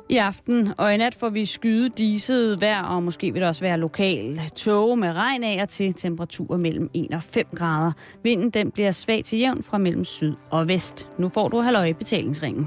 I aften og i nat får vi skyde, diset vejr, og måske vil der også være lokal tåge med regn af og til temperaturer mellem 1 og 5 grader. Vinden den bliver svag til jævn fra mellem syd og vest. Nu får du halløj i betalingsringen.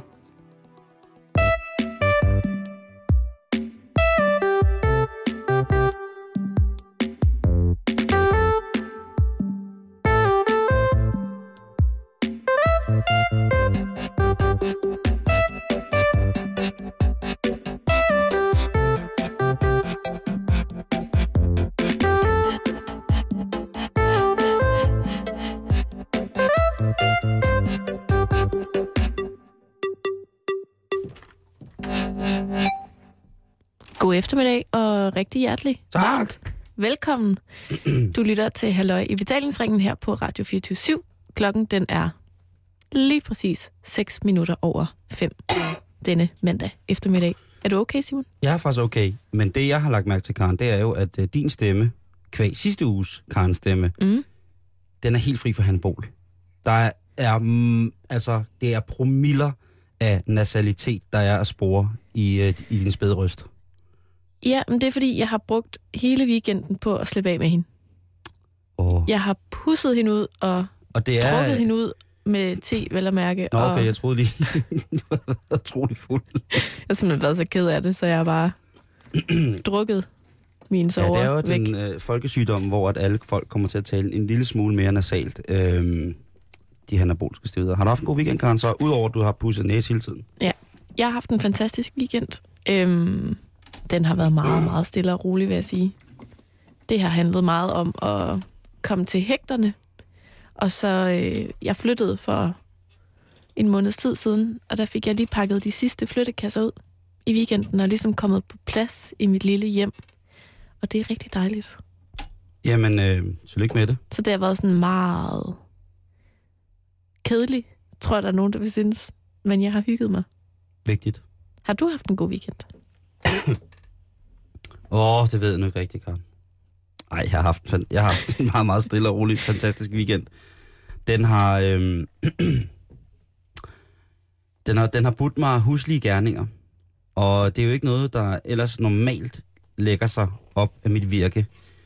God eftermiddag og rigtig hjertelig. Tak. Velkommen. Du lytter til Halløj i betalingsringen her på Radio 24/7. Klokken den er lige præcis 6 minutter over 5 denne mandag eftermiddag. Er du okay, Simon? Jeg er faktisk okay, men det jeg har lagt mærke til, Karen, det er jo, at din stemme, kvæg sidste uges Karens stemme, den er helt fri for handbol. Der er, det er promiller af nasalitet, der er at spore i din spæde røst. Ja, men det er fordi, jeg har brugt hele weekenden på at slippe af med hende. Jeg har pusset hende ud og det er drukket hende ud med te, vel at mærke. Nå, okay, jeg troede lige, du var utrolig fuld. Jeg har simpelthen været så ked af det, så jeg har bare drukket mine sover væk. Ja, det er jo den folkesygdom, hvor at alle folk kommer til at tale en lille smule mere nasalt. De anabolske steder. Har du haft en god weekend, Karen, så udover at du har pudset næse hele tiden? Ja, jeg har haft en fantastisk weekend. Den har været meget, meget stille og rolig, vil jeg sige. Det har handlet meget om at komme til hægterne. Og så, jeg flyttede for en måneds tid siden, og der fik jeg lige pakket de sidste flyttekasser ud i weekenden, og ligesom kommet på plads i mit lille hjem. Og det er rigtig dejligt. Jamen, tillykke med det. Så det har været sådan meget kedeligt, tror jeg, der er nogen, der vil synes. Men jeg har hygget mig. Vigtigt. Har du haft en god weekend? Det ved jeg nu ikke rigtigt, Karen. Ej, jeg har haft en meget, meget stille og rolig, fantastisk weekend. Den har, den har budt mig huslige gerninger. Og det er jo ikke noget, der ellers normalt lægger sig op af mit virke.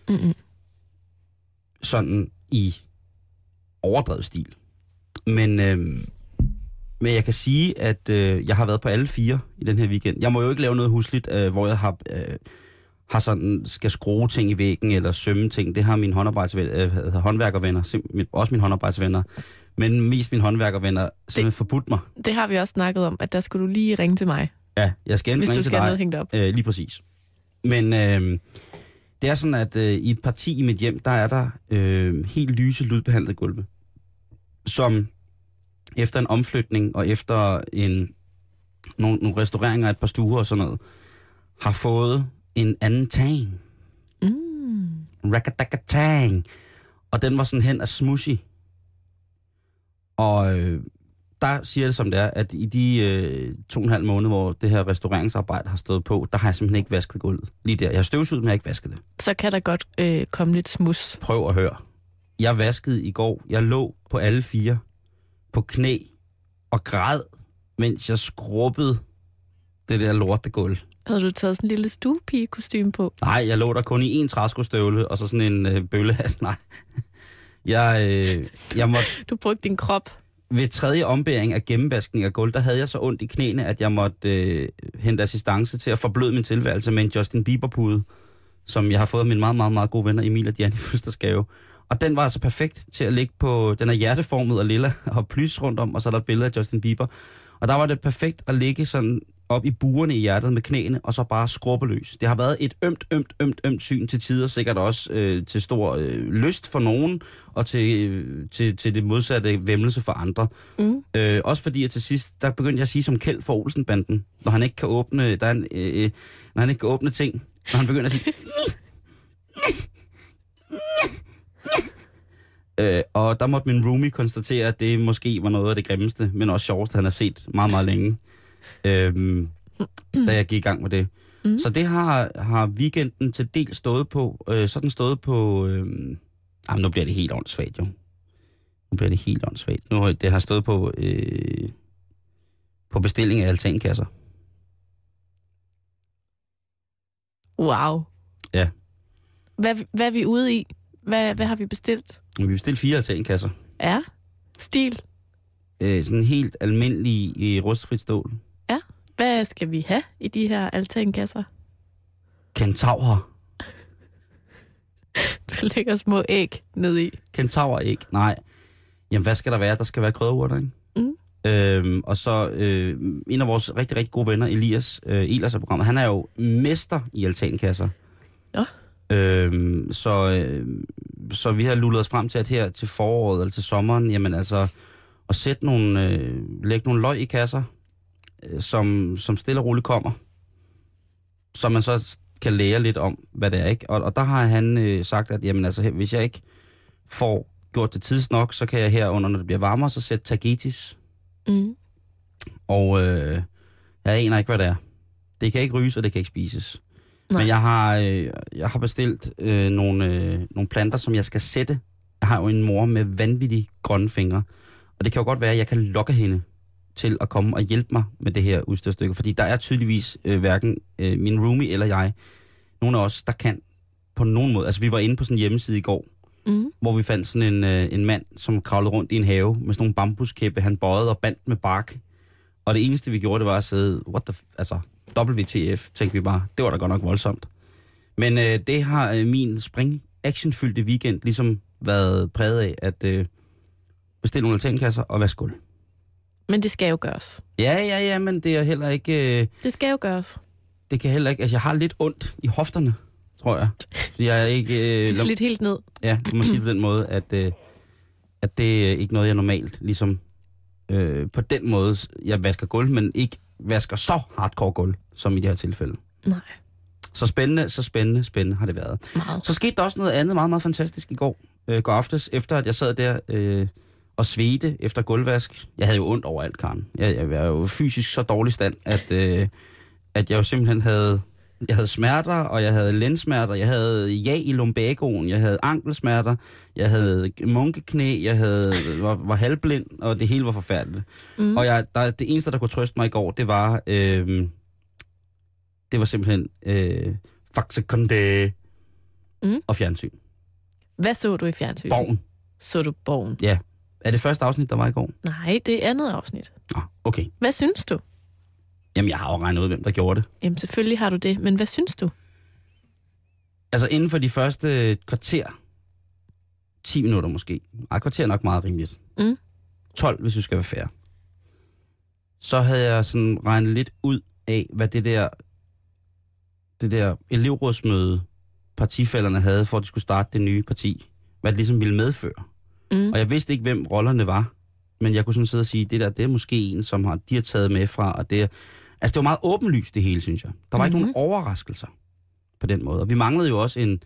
Sådan i overdrevet stil. Men jeg kan sige, at jeg har været på alle 4 i den her weekend. Jeg må jo ikke lave noget husligt, hvor jeg har sådan, skal skrue ting i væggen eller sømme ting. Det har mine håndværkervenner, også mine håndarbejdsvenner, men mest mine håndværkervenner simpelthen forbudt mig. Det har vi også snakket om, at der skulle du lige ringe til mig. Ja, jeg skal ringe til dig. Hvis du skal have noget hængt op. Lige præcis. Men det er sådan, at i et parti i mit hjem, der er der helt lyse lydbehandlede gulve, som efter en omflytning og efter nogle restaureringer af et par stuer og sådan noget, har fået en anden tang. Rakadakatang. Og den var sådan hen af smushy. Og der siger det som det er, at i de 2,5 måneder, hvor det her restaureringsarbejde har stået på, der har jeg simpelthen ikke vasket gulvet. Lige der. Jeg har støvsuget, men jeg har ikke vasket det. Så kan der godt komme lidt smus. Prøv at høre. Jeg vaskede i går. Jeg lå på alle 4 på knæ og græd, mens jeg skrubbede det der lortegulv. Havde du taget sådan en lille stuepige-kostyme på? Nej, jeg lå der kun i en træskostøvle, og så sådan en bøllehat. Nej. Jeg måtte... Du brugte din krop. Ved 3. ombæring af gennemvaskning af gulv, der havde jeg så ondt i knæene, at jeg måtte hente assistance til at forbløde min tilværelse med en Justin Bieber-pude, som jeg har fået af mine meget, meget, meget gode venner Emil og Jan i fødselsdagsgave. Og den var altså perfekt til at ligge på... Den er hjerteformet og lilla og plys rundt om, og så er der et billede af Justin Bieber. Og der var det perfekt at ligge sådan op i buerne i hjertet med knæene, og så bare skrubbeløs. Det har været et ømt syn til tider, sikkert også til stor lyst for nogen, og til det modsatte væmmelse for andre. Også fordi, at til sidst, der begyndte jeg at sige som Kjeld for Olsenbanden, når han ikke kan åbne, når han ikke kan åbne ting, når han begynder at sige... Og der måtte min roomie konstatere, at det måske var noget af det grimmeste, men også sjoveste, han har set meget, meget længe, da jeg gik i gang med det. Så det har weekenden til del stået på. Så den stået på... nu bliver det helt åndssvagt, jo. Nu bliver det helt åndssvagt. Nu det har stået på bestilling af altankasser. Wow. Ja. Hvad er vi ude i? Hvad har vi bestilt? Vi bestilte 4 altankasser. Ja. Stil. Sådan helt almindelig i rustfrit stål. Ja. Hvad skal vi have i de her altankasser? Kentaurer. Du lægger små æg ned i. Kentaurer-æg? Nej. Jamen, hvad skal der være? Der skal være krydderurter, ikke? Og så en af vores rigtig, rigtig gode venner, Elias Ehlers af programmet, han er jo mester i altankasser. Ja. Så vi har lullet os frem til, at her til foråret eller til sommeren, jamen altså, at lægge nogle løg i kasser, som stille og roligt kommer, så man så kan lære lidt om, hvad det er, ikke? Og der har han sagt, at jamen altså, hvis jeg ikke får gjort det tids nok, så kan jeg herunder, når det bliver varmere, så sætte tagetis. Og jeg aner ikke, hvad det er. Det kan ikke ryges, og det kan ikke spises. Nej. Men jeg har bestilt nogle planter, som jeg skal sætte. Jeg har jo en mor med vanvittige grønne fingre. Og det kan jo godt være, at jeg kan lokke hende til at komme og hjælpe mig med det her udstyrstykke. Fordi der er tydeligvis hverken min roomie eller jeg, nogen af os, der kan på nogen måde. Altså vi var inde på sådan en hjemmeside i går, hvor vi fandt sådan en mand, som kravlede rundt i en have med sådan nogle bambuskæppe. Han bøjede og bandt med bark. Og det eneste, vi gjorde, det var at sidde, WTF, tænkte vi bare. Det var da godt nok voldsomt. Men det har min spring-actionfyldte weekend ligesom været præget af at bestille nogle altankasser og vaske gulv. Men det skal jo gøres. Ja, men det er heller ikke... Det skal jo gøres. Det kan heller ikke... Altså, jeg har lidt ondt i hofterne, tror jeg. Jeg er ikke... det er slidt helt ned. Ja, du må sige på den måde, at det er ikke noget, jeg normalt ligesom... på den måde, jeg vasker gulv, men ikke vasker så hardcore gulv, som i det her tilfælde. Nej. Så spændende har det været. Meget. Så skete der også noget andet meget, meget fantastisk i går aftes, efter at jeg sad der og svedte efter gulvvask. Jeg havde jo ondt overalt, Karen. Jeg var jo fysisk så dårlig stand, at jeg jo simpelthen havde smerter, og jeg havde lændesmerter, jeg havde i lumbagoen, jeg havde ankelsmerter, jeg havde munkeknæ, jeg var halvblind, og det hele var forfærdeligt. Og det eneste, der kunne trøste mig i går, det var simpelthen Faxe Kondi og fjernsyn. Hvad så du i fjernsyn? Borgen. Så du Borgen? Ja. Er det første afsnit, der var i går? Nej, det er andet afsnit. Okay. Hvad synes du? Jamen, jeg har jo regnet ud, hvem der gjorde det. Jamen, selvfølgelig har du det, men hvad synes du? Altså, inden for de første kvarter, 10 minutter måske, kvarter er nok meget rimeligt. 12, hvis du skal være fair. Så havde jeg sådan regnet lidt ud af, hvad det der elevrådsmøde, partifællerne havde, for at de skulle starte det nye parti. Hvad det ligesom ville medføre. Og jeg vidste ikke, hvem rollerne var. Men jeg kunne sådan sidde og sige, det er måske en, som de har taget med fra, og det var meget åbenlyst det hele, synes jeg. Der var ikke nogen overraskelser på den måde. Og vi manglede jo også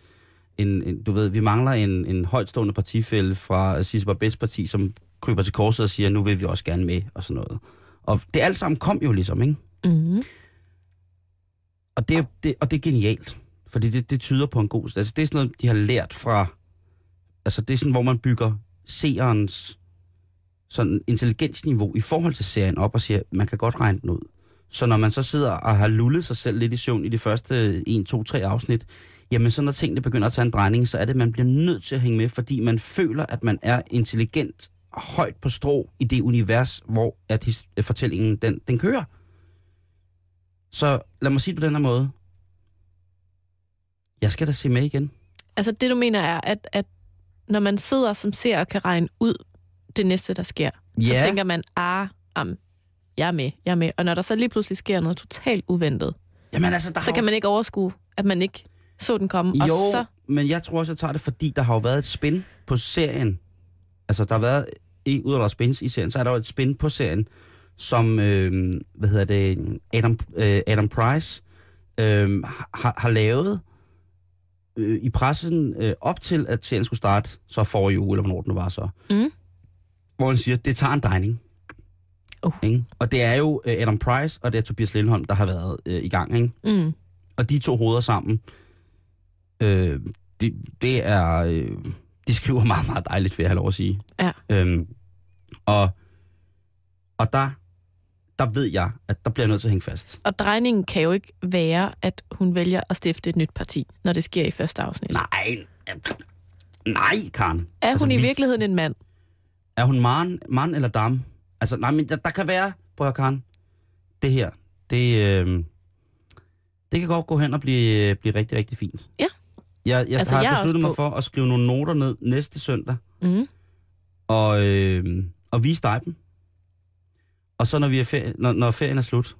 en højtstående partifælle fra Sisse Babets parti, som kryber til korset og siger, nu vil vi også gerne med, og sådan noget. Og det alt sammen kom jo ligesom, ikke? Og det er genialt, fordi det tyder på en god... Altså, det er sådan noget, de har lært fra... Altså, det er sådan, hvor man bygger seerens sådan intelligensniveau i forhold til serien op og siger, man kan godt regne den ud. Så når man så sidder og har lullet sig selv lidt i søvn i de første 1, 2, 3 afsnit, jamen så når tingene begynder at tage en drejning, så er det, at man bliver nødt til at hænge med, fordi man føler, at man er intelligent højt på strå i det univers, hvor at fortællingen den kører. Så lad mig sige på den her måde. Jeg skal da se med igen. Altså det du mener er, at når man sidder som ser og kan regne ud det næste, der sker, så tænker man, jeg er med. Og når der så lige pludselig sker noget totalt uventet, jamen, altså, så kan man ikke overskue, at man ikke så den komme. Jo, og så... men jeg tror også, jeg tager det, fordi der har jo været et spin på serien. Altså, der har været, ud af spins i serien, så er der jo et spin på serien, som, Adam Price har lavet i pressen op til, at serien skulle starte, så forrige uge, eller hvornår den var så. Hvor han siger, det tager en drejning. Og det er jo Adam Price, og det er Tobias Lindholm, der har været i gang, ikke? Og de to hoveder sammen, det er... de skriver meget, meget dejligt, vil jeg have lov at sige. Ja. Og der der ved jeg, at der bliver jeg nødt til at hænge fast. Og drejningen kan jo ikke være, at hun vælger at stifte et nyt parti, når det sker i første afsnit. Nej, Karen. Er hun i virkeligheden en mand? Er hun mand eller dame? Altså, nej, men der kan være, prøv at Karen, det her, det kan godt gå hen og blive rigtig, rigtig fint. Ja. Jeg har besluttet mig for at skrive nogle noter ned næste søndag, og vise dig dem. Og så når ferien er slut,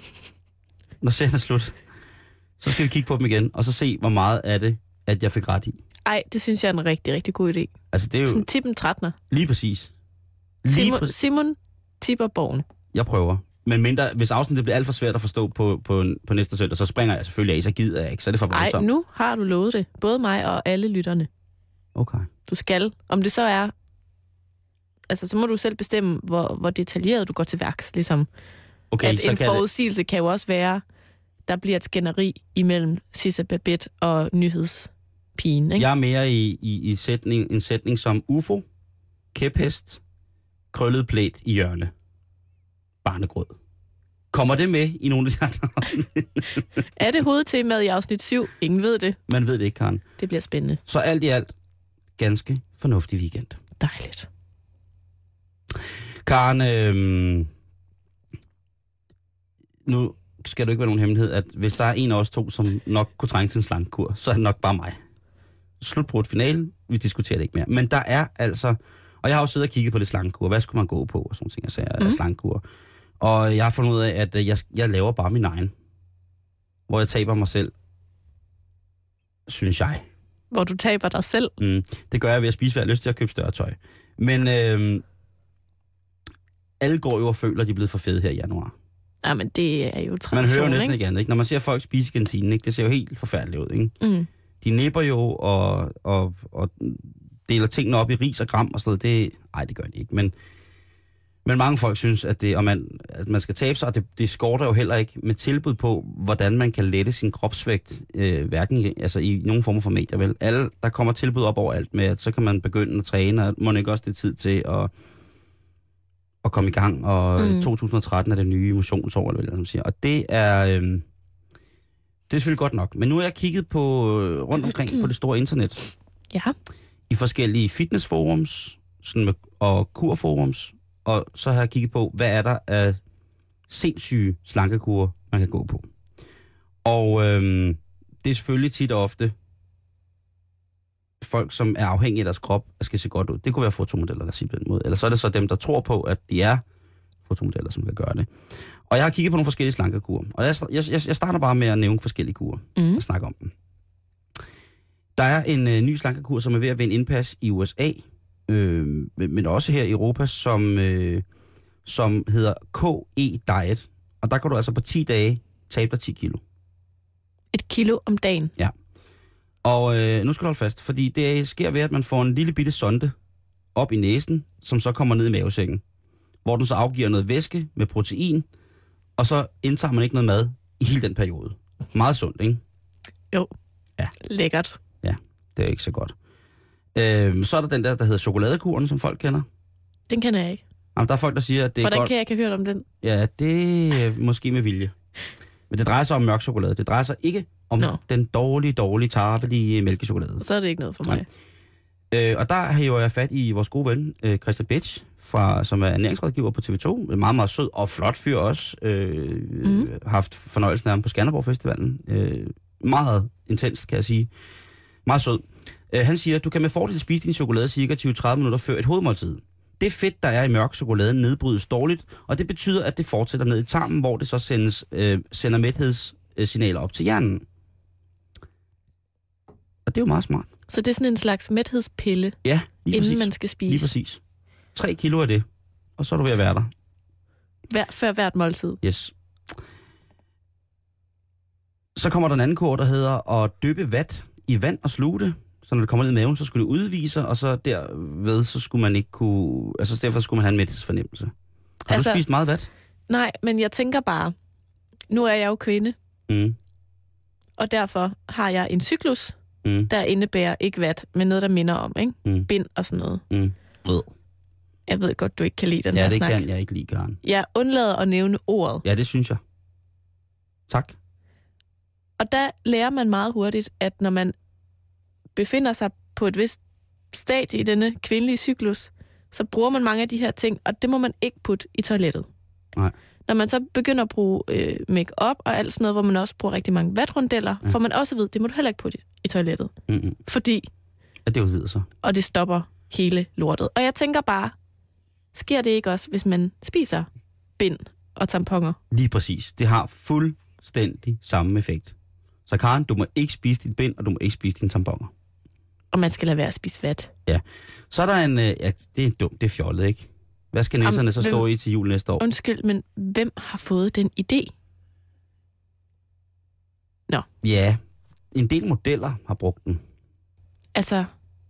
så skal vi kigge på dem igen, og så se, hvor meget af det, at jeg fik ret i. Ej, det synes jeg er en rigtig, rigtig god idé. Altså, det er jo... Sådan tippen 13'er. Lige præcis. Simon tipper Borgen. Jeg prøver. Men mindre, hvis afsnittet bliver alt for svært at forstå på næste søndag, så springer jeg selvfølgelig af, så gider jeg ikke, så er det for voldsomt. Nej, nu har du lovet det. Både mig og alle lytterne. Okay. Du skal. Om det så er... Altså, så må du selv bestemme, hvor detaljeret du går til værks, ligesom. Okay, at så en forudsigelse kan jo også være, der bliver et skænderi imellem Sissa Babette og nyhedspigen, ikke? Jeg er mere i en sætning som UFO, kæphest, krøllet plæt i hjørne, barnegrød. Kommer det med i nogle af de andre afsnit? Er det hovedtemaet i afsnit 7? Ingen ved det. Man ved det ikke, Karen. Det bliver spændende. Så alt i alt, ganske fornuftig weekend. Dejligt. Karen, nu skal du ikke være nogen hemmelighed, at hvis der er en af os to, som nok kunne trænge til en slankekur, så er det nok bare mig. Slutbrudt finalen, vi diskuterer det ikke mere. Men der er altså, og jeg har jo siddet og kigget på det slankekur, hvad skulle man gå på, og sådan ting, jeg sagde, af slankekur. Og jeg har fundet ud af, at jeg laver bare min egen, hvor jeg taber mig selv, synes jeg. Hvor du taber dig selv? Det gør jeg ved at spise, hvad jeg har lyst til at købe større tøj. Men alle går jo og føler, at de er blevet for fede her i januar. Ja, men det er jo tradition, man hører jo næsten ikke? ikke andet, ikke? Når man ser folk spise i kantinen, ikke? Det ser jo helt forfærdeligt ud, ikke? De nipper jo og deler tingene op i ris og gram og sådan noget. Det gør de ikke. Men mange folk synes, at man skal tabe sig, og det skorter jo heller ikke med tilbud på, hvordan man kan lette sin kropsvægt, hverken altså i nogen former for medier, vel? Der kommer tilbud op overalt med, at så kan man begynde at træne, og må ikke også det tid til at komme i gang, og 2013 er det nye motionsår, eller hvad man siger. Og det er selvfølgelig godt nok. Men nu har jeg kigget på rundt omkring på det store internet. Ja. I forskellige fitnessforums og kurforums, og så har jeg kigget på, hvad er der af sindssyge slankekurer, man kan gå på. Og det er selvfølgelig tit og ofte folk, som er afhængige af deres krop, og skal se godt ud. Det kunne være fotomodeller, der siger på den måde. Eller så er det så dem, der tror på, at de er fotomodeller, som kan gøre det. Og jeg har kigget på nogle forskellige slankekurer. Og jeg starter bare med at nævne forskellige kurer og snakke om dem. Der er en ny slankekur, som er ved at vinde indpas i USA, men også her i Europa, som hedder KE Diet. Og der kan du altså på 10 dage tabe dig 10 kilo. 1 kilo om dagen? Ja. Og nu skal du holde fast, fordi det sker ved, at man får en lille bitte sonde op i næsen, som så kommer ned i mavesækken, hvor den så afgiver noget væske med protein, og så indtager man ikke noget mad i hele den periode. Meget sundt, ikke? Jo. Ja. Lækkert. Ja, det er ikke så godt. Så er der den der hedder chokoladekuren, som folk kender. Den kender jeg ikke. Jamen, der er folk, der siger, at det er Hvordan godt. kan jeg ikke have hørt om den? Ja, det er måske med vilje. Men det drejer sig om mørk chokolade. Det drejer sig ikke om den dårlige, tarvelige mælkechokolade. Så er det ikke noget for mig. Og der hæver jeg fat i vores gode ven, Christian Bitsch, som er ernæringsrådgiver på TV2. En meget, meget sød og flot fyr også. Haft fornøjelsen af ham på Skanderborg Festivalen. Meget intenst, kan jeg sige. Meget sød. Han siger, at du kan med fordel spise din chokolade cirka 20-30 minutter før et hovedmåltid. Det fedt, der er i mørk chokolade, nedbrydes dårligt, og det betyder, at det fortsætter ned i tarmen, hvor det så sender mæthedssignaler op til hjernen. Og det er jo meget smart. Så det er sådan en slags mæthedspille, ja, inden man skal spise? Lige præcis. 3 kilo af det, og så er du ved at være der. Før hvert måltid? Yes. Så kommer der en anden kur, der hedder at dyppe vat i vand og sluge det. Så når det kommer ned i maven, så skulle det udvise, og så derved, så skulle man ikke kunne... Altså derfor skulle man have en mæthedsfornemmelse. Har du spist meget vat? Nej, men jeg tænker bare, nu er jeg jo kvinde, og derfor har jeg en cyklus, der indebærer ikke vat, men noget, der minder om, ikke? Bind og sådan noget. Jeg ved godt, du ikke kan lide den Ja, her det snak. kan jeg ikke lide, Karen. Jeg undlader at nævne ordet. Ja, det synes jeg. Tak. Og der lærer man meget hurtigt, at når man befinder sig på et vist stadie i denne kvindelige cyklus, så bruger man mange af de her ting, og det må man ikke putte i toilettet. Nej. Når man så begynder at bruge make-up og alt sådan noget, hvor man også bruger rigtig mange vatrundeller, får man også at vide, det må du heller ikke putte i toilettet. Mm-mm. Fordi... Ja, det hedder så. Og det stopper hele lortet. Og jeg tænker bare, sker det ikke også, hvis man spiser bind og tamponer? Lige præcis. Det har fuldstændig samme effekt. Så Karen, du må ikke spise dit bind, og du må ikke spise dine tamponer. Og man skal lade være at spise vat. Ja. Så er der en... Ja, det er dumt, det er fjollet, ikke? Hvad skal nisserne så stå i til jul næste år? Undskyld, men hvem har fået den idé? Nå. Ja, en del modeller har brugt den. Altså...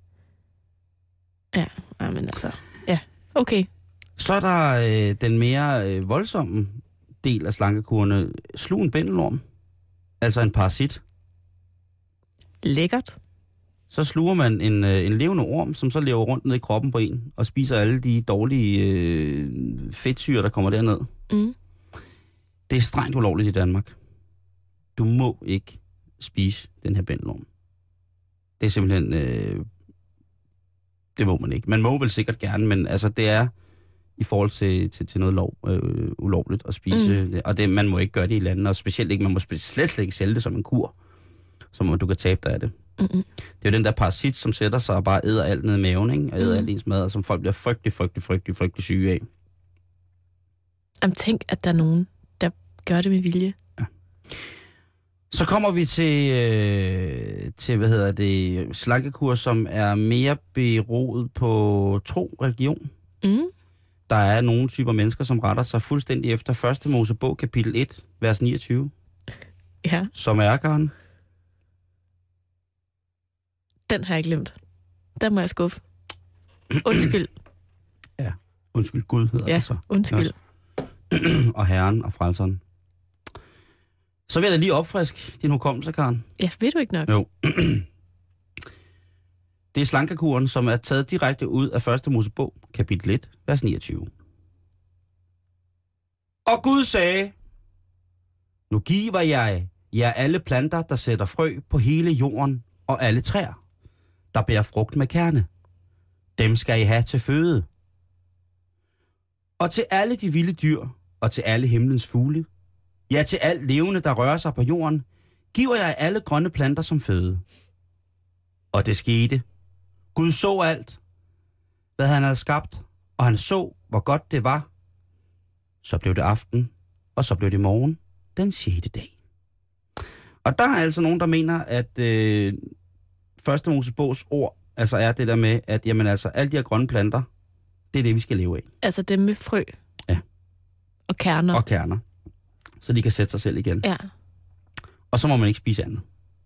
Ja, men altså... Ja, okay. Så er der den mere voldsomme del af slankekurene. Slug en bændelorm. Altså en parasit. Lækkert. Så sluger man en levende orm, som så lever rundt ned i kroppen på en, og spiser alle de dårlige fedtsyre, der kommer derned. Mm. Det er strengt ulovligt i Danmark. Du må ikke spise den her bændelorm. Det er simpelthen... det må man ikke. Man må vel sikkert gerne, men altså det er i forhold til noget ulovligt at spise. Mm. Og man må ikke gøre det i landet, og specielt ikke, man må slet ikke sælge det som en kur, som du kan tabe dig af det. Mm-mm. Det er jo den der parasit, som sætter sig og bare æder alt ned i maven, ikke? Og æder alt ens mad, og som folk bliver frygtelig syge af. Jamen tænk, at der er nogen, der gør det med vilje. Ja. Så kommer vi til slankekur, som er mere beroet på tro, religion. Mm. Der er nogle typer mennesker, som retter sig fuldstændig efter 1. Mosebog, kapitel 1, vers 29. Ja. Som er, Karen. Den har jeg glemt. Den må jeg skuffe. Undskyld. Ja, undskyld Gud hedder det så. Undskyld. Og Herren og Frelseren. Så vil jeg da lige opfriske din hukommelse, Karen. Ja, ved du ikke nok? Jo. Det er slankekuren, som er taget direkte ud af 1. Mosebog, kapitel 1, vers 29. Og Gud sagde, nu giver jeg jer alle planter, der sætter frø på hele jorden, og alle træer, der bærer frugt med kerne. Dem skal I have til føde. Og til alle de vilde dyr, og til alle himlens fugle, ja, til alt levende, der rører sig på jorden, giver jeg alle grønne planter som føde. Og det skete. Gud så alt, hvad han havde skabt, og han så, hvor godt det var. Så blev det aften, og så blev det morgen, den 6. dag. Og der er altså nogen, der mener, at 1. Mosebogs ord altså er det der med, at jamen, altså, alle de her grønne planter, det er det, vi skal leve af. Altså dem med frø? Ja. Og kerner? Og kerner. Så de kan sætte sig selv igen. Ja. Og så må man ikke spise andet.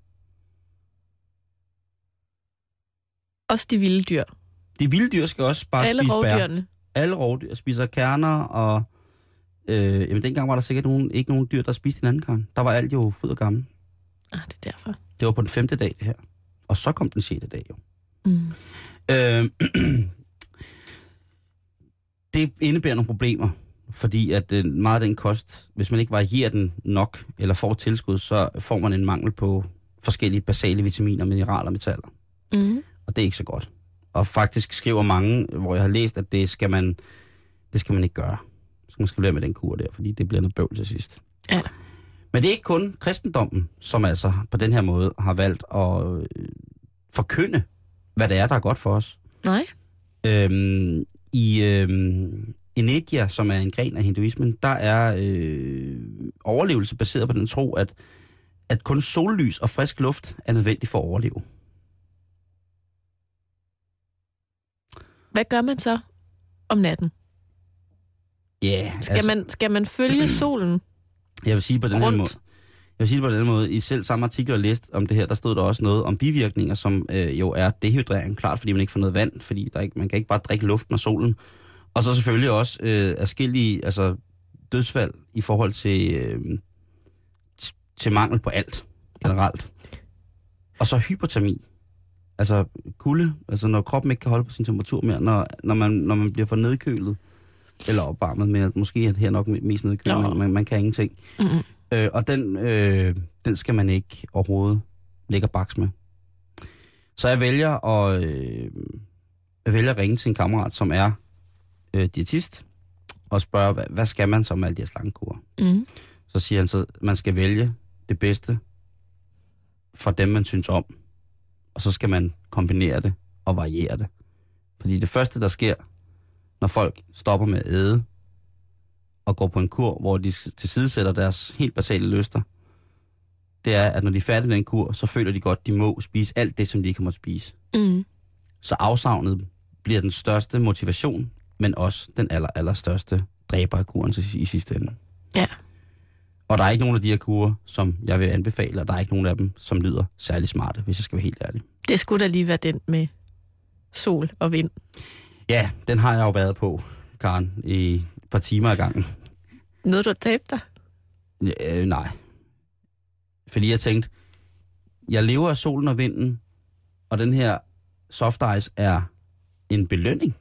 Også de vilde dyr? De vilde dyr skal også bare alle spise bær. Rovdyrene? Alle rovdyr spiser kerner, og jamen dengang var der sikkert ikke nogen dyr, der spiste en anden kern. Der var alt jo fryd og gammel. Ah, det er derfor. Det var på den 5. dag, det her. Og så kom den 6. dag jo. Mm. Det indebærer nogle problemer, fordi at meget af den kost, hvis man ikke varierer den nok, eller får tilskud, så får man en mangel på forskellige basale vitaminer, mineraler og metaller. Mm. Og det er ikke så godt. Og faktisk skriver mange, hvor jeg har læst, at det skal man ikke gøre. Så skal man skrive med den kur der, fordi det bliver noget bøvl til sidst. Ja. Men det er ikke kun kristendommen, som altså på den her måde har valgt at forkynde, hvad det er, der er godt for os. Nej. I India, som er en gren af hinduismen, der er overlevelse baseret på den tro, at kun sollys og frisk luft er nødvendigt for at overleve. Hvad gør man så om natten? Ja, Skal man følge solen? Jeg vil sige på den her måde. Jeg vil sige det på den måde. I selv samme artikel, jeg læste om det her, der stod der også noget om bivirkninger, som jo er dehydrering. Klart, fordi man ikke får noget vand, fordi man kan ikke bare drikke luften og solen. Og så selvfølgelig også adskillige dødsfald i forhold til mangel på alt generelt. Og så hypotermi. altså kulde, altså når kroppen ikke kan holde på sin temperatur mere, når man bliver for nedkølet, eller opvarmet, men måske er det her nok mest nedkølet, man kan ingenting. Mm-hmm. Og den skal man ikke overhovedet lægge baks med. Så jeg vælger at ringe til en kammerat, som er diætist, og spørge, hvad skal man så med alle de her slangekurer? Mm. Så siger han så, man skal vælge det bedste fra dem, man synes om, og så skal man kombinere det og variere det. Fordi det første, der sker, når folk stopper med at æde og går på en kur, hvor de tilsidesætter deres helt basale lyster, det er, at når de er færdige med den kur, så føler de godt, at de må spise alt det, som de ikke må spise. Mm. Så afsavnet bliver den største motivation, men også den allerstørste dræber af kuren i sidste ende. Ja. Og der er ikke nogen af de her kurer, som jeg vil anbefale, og der er ikke nogen af dem, som lyder særlig smarte, hvis jeg skal være helt ærlig. Det skulle da lige være den med sol og vind. Ja, den har jeg jo været på, Karen, i et par timer ad gangen. Noget, du har tabt dig? Nej. Fordi jeg tænkte, jeg lever af solen og vinden, og den her soft ice er en belønning.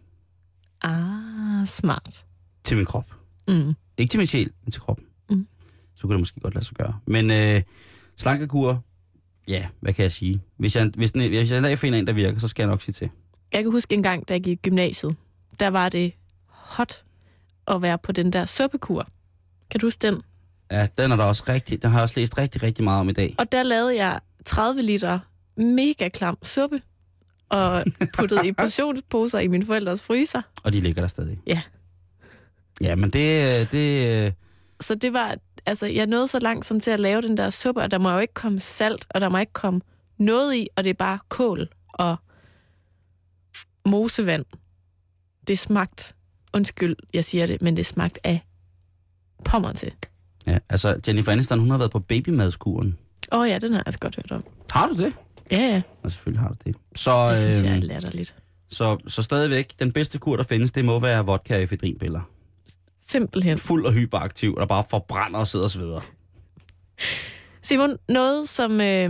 Smart. Til min krop. Mm. Ikke til min sjæl, men til kroppen. Mm. Så kunne det måske godt lade sig gøre. Men slankekur, ja, hvad kan jeg sige? Hvis jeg finder en, der virker, så skal jeg nok sige til. Jeg kan huske en gang, da jeg gik i gymnasiet, der var det hot at være på den der suppekur. Kan du huske den? Ja, den er der også rigtig. Den har jeg også læst rigtig, rigtig meget om i dag. Og der lavede jeg 30 liter mega klam suppe, og puttede i portionsposer i mine forældres fryser. Og de ligger der stadig? Ja. Ja, men det... Så det var... Altså, jeg nåede så langt som til at lave den der suppe, og der må jo ikke komme salt, og der må ikke komme noget i, og det er bare kål og mosevand. Det smagte... Undskyld, jeg siger det, men det smagte af pommer til. Ja, altså Jennifer Aniston, hun har været på babymadskuren. Ja, den har jeg også godt hørt om. Har du det? Ja. Og selvfølgelig har du det. Så, det synes jeg er latterligt. Så stadigvæk, den bedste kur, der findes, det må være vodka og efedrinpiller. Simpelthen. Fuld og hyperaktiv, der bare forbrænder og sidder og sveder. Simon, noget som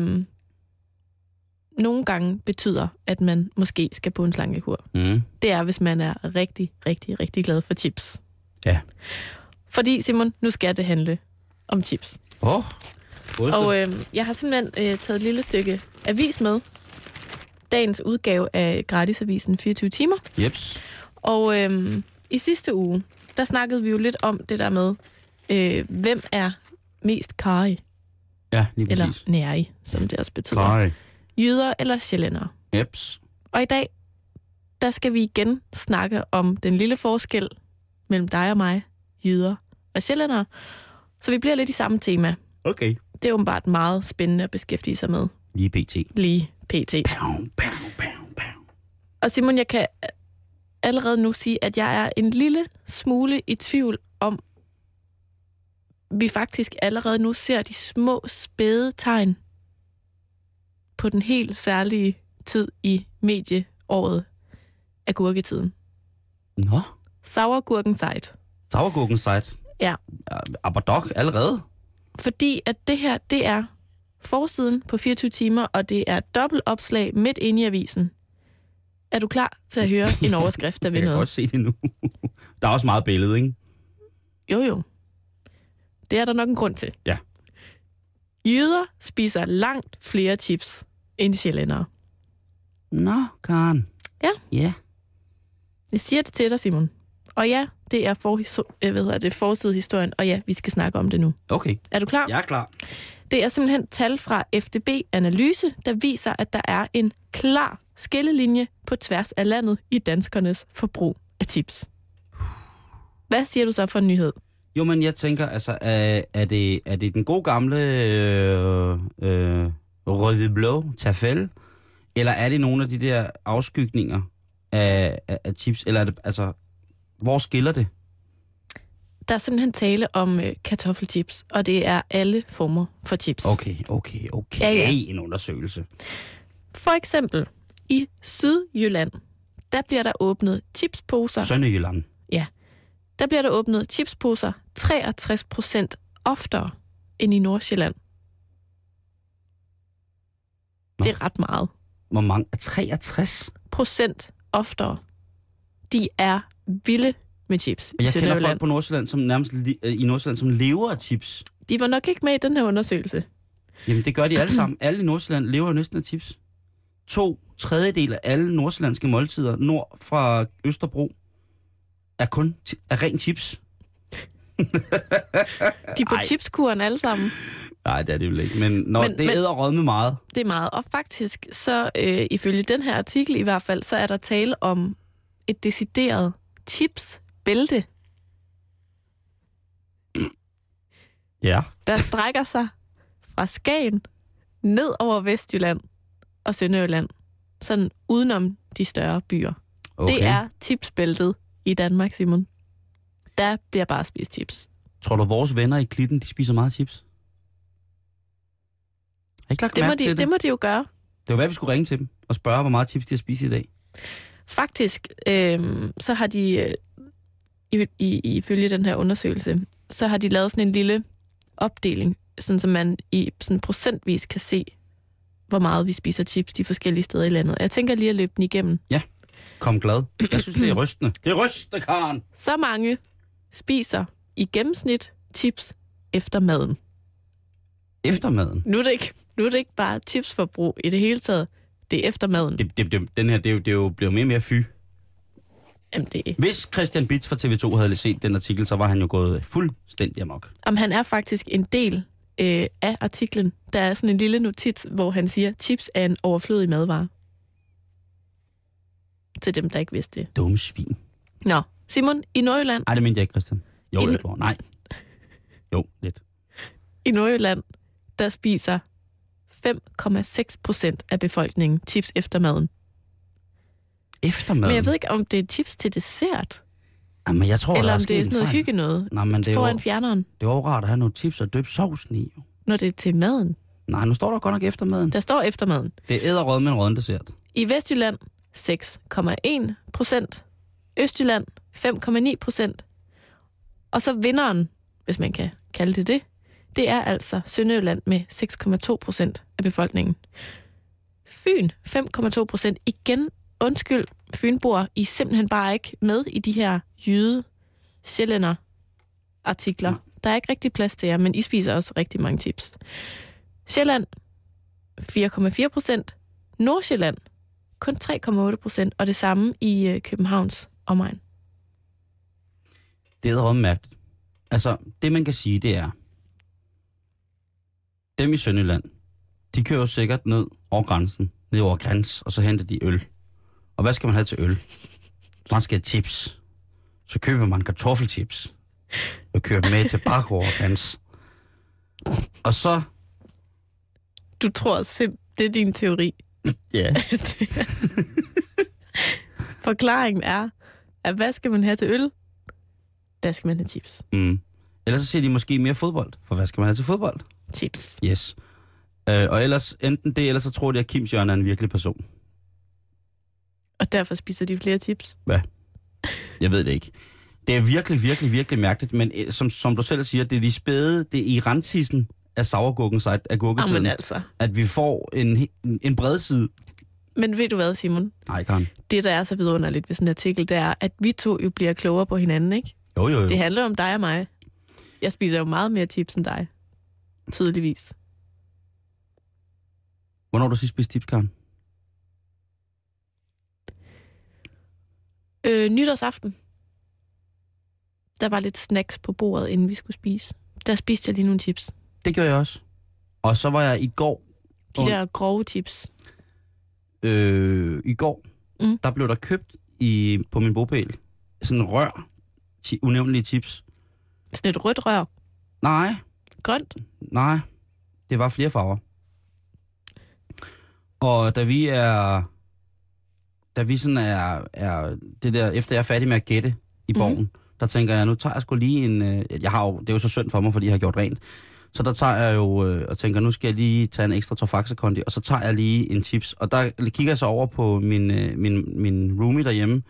nogle gange betyder, at man måske skal på en slankekur, det er, hvis man er rigtig, rigtig, rigtig glad for chips. Ja. Fordi, Simon, nu skal det handle om chips. Og jeg har simpelthen taget et lille stykke avis med. Dagens udgave af gratisavisen 24 timer. Jeps. Og i sidste uge, der snakkede vi jo lidt om det der med, hvem er mest karrig? Ja, lige præcis. Eller nærig, som det også betyder. Karrig. Jyder eller sjællændere. Jeps. Og i dag, der skal vi igen snakke om den lille forskel mellem dig og mig, jyder og sjællændere. Så vi bliver lidt i samme tema. Okay. Det er åbenbart meget spændende at beskæftige sig med. Lige pt. Pow. Og Simon, jeg kan allerede nu sige, at jeg er en lille smule i tvivl om, vi faktisk allerede nu ser de små spæde tegn på den helt særlige tid i medieåret af gurketiden. Nå? Sauergurkenzeit. Sauergurkenzeit? Ja. Aber doch, allerede? Fordi at det her, det er forsiden på 24 timer, og det er dobbeltopslag midt inde i avisen. Er du klar til at høre en overskrift, der vil noget? Jeg kan godt se det nu. Der er også meget billede, ikke? Jo. Det er der nok en grund til. Ja. Jyder spiser langt flere chips end sjællændere. Nå, Karen. Ja. Ja. Jeg siger det til dig, Simon. Og ja, det er forsidehistorien, og ja, vi skal snakke om det nu. Okay. Er du klar? Jeg er klar. Det er simpelthen tal fra FDB Analyse, der viser, at der er en klar skillelinje på tværs af landet i danskernes forbrug af chips. Hvad siger du så for en nyhed? Jo, men jeg tænker, altså, er det den gode gamle røde blå tafel, eller er det nogle af de der afskygninger af chips, eller er det, altså, hvor skiller det? Der er simpelthen tale om kartoffelchips, og det er alle former for chips. Okay. Ja. En undersøgelse. For eksempel, i Sydjylland, der bliver der åbnet chipsposer. Sønderjylland. Ja. Der bliver der åbnet chipsposer 63% oftere end i Nordsjælland. Nå. Det er ret meget. Hvor mange? 63%? oftere. De er vilde med chips i Jeg kender Sønderjylland. folk på Nordsjælland, som nærmest i Nordsjælland, som lever af chips. De var nok ikke med i den her undersøgelse. Jamen, det gør de alle sammen. Alle i Nordsjælland lever jo næsten af chips. 2/3 af alle nordsjællandske måltider nord fra Østerbro er ren chips. De er på chipskuren alle sammen. Nej, det er det jo ikke. Men det æder rød med meget. Det er meget. Og faktisk, så ifølge den her artikel i hvert fald, så er der tale om et decideret chipsbælte, Ja. der strækker sig fra Skagen ned over Vestjylland og Sønderjylland. Sådan udenom de større byer. Okay. Det er chipsbæltet i Danmark, Simon. Der bliver bare spist chips. Tror du, vores venner i Klitten, de spiser meget chips? Har I ikke lagt mærke til det? Det må de jo gøre. Det var hvad vi skulle ringe til dem og spørge, hvor meget chips de har spist i dag. Faktisk, så har de, ifølge den her undersøgelse, så har de lavet sådan en lille opdeling, sådan så man i sådan procentvis kan se, hvor meget vi spiser chips de forskellige steder i landet. Jeg tænker lige at løbe den igennem. Ja, kom glad. Jeg synes, det er rystende. Det er rystende, Karen! Så mange spiser i gennemsnit chips efter maden. Efter maden? Nu er det ikke bare chipsforbrug i det hele taget. Det er efter maden. Den her, det er jo blevet mere og mere fy. Jamen det. Hvis Christian Bitz fra TV2 havde set den artikel, så var han jo gået fuldstændig amok. Jamen, han er faktisk en del af artiklen. Der er sådan en lille notits, hvor han siger, at chips er en overflødig madvare. Til dem, der ikke vidste det. Dumme svin. Nå, Simon, i Nordjylland... Nej, det mente jeg ikke, Christian. Jo, det var. Nej. Jo, lidt. I Nordjylland, der spiser 5,6% af befolkningen chips efter maden. Efter maden? Men jeg ved ikke, om det er chips til dessert. Jamen, jeg tror, eller om det er sådan noget hygge noget. Nej, men det foran fjerneren. Det var jo rart at have nogle chips og døbe sovsen i. Jo. Når det er til maden. Nej, nu står der godt nok efter maden. Der står efter maden. Det æder rød med en rødden dessert. I Vestjylland 6,1%. Østjylland 5,9%. Og så vinderen, hvis man kan kalde det det, det er altså Sønderjylland med 6,2% af befolkningen. Fyn 5,2%. Igen, undskyld, fynboer, I er simpelthen bare ikke med i de her jyde-sjællænder-artikler. Der er ikke rigtig plads til jer, men I spiser også rigtig mange chips. Sjælland 4,4%. Nordsjælland kun 3,8%, og det samme i Københavns omegn. Det er ret mærkeligt. Altså, det man kan sige, det er, dem i Sønderjylland, de kører jo sikkert ned over grænsen, ned over græns, og så henter de øl. Og hvad skal man have til øl? Man skal have chips. Så køber man kartoffelchips. Og kører dem med til Bakke over græns. Og så... Du tror simpelthen, det er din teori. Ja. Forklaringen er, at hvad skal man have til øl? Der skal man have chips. Mm. Ellers så siger de måske mere fodbold. For hvad skal man have til fodbold? Chips. Yes. Og ellers enten det, eller så tror de, at Kim Jørgen er en virkelig person. Og derfor spiser de flere chips? Hvad? Jeg ved det ikke. Det er virkelig, virkelig, virkelig mærkeligt, men som du selv siger, det er de spæde, det er i randtissen af sauergurken side af gurketiden, altså. At vi får en bredside. Men ved du hvad, Simon? Nej, Karen. Det, der er så vidunderligt ved sådan en artikel, det er, at vi to jo bliver klogere på hinanden, ikke? Jo. Det handler om dig og mig. Jeg spiser jo meget mere chips end dig. Tydeligvis. Hvornår har du sidst spist chips, Karen? Nytårsaften. Der var lidt snacks på bordet, inden vi skulle spise. Der spiste jeg lige nogle chips. Det gjorde jeg også. Og så var jeg i går... De der grove chips. I går, der blev der købt på min bopæl sådan en rør, unævnlige chips. Sådan et rødt rør? Nej. Grønt? Nej. Det var flere farver. Og da vi sådan er det der, efter jeg er færdig med at gætte i borgen, der tænker jeg, nu tager jeg sgu lige en... det er jo så synd for mig, fordi jeg har gjort rent. Så der tager jeg jo og tænker, nu skal jeg lige tage en ekstra Torfaxe-kondi, og så tager jeg lige en chips. Og der kigger jeg så over på min roomie derhjemme,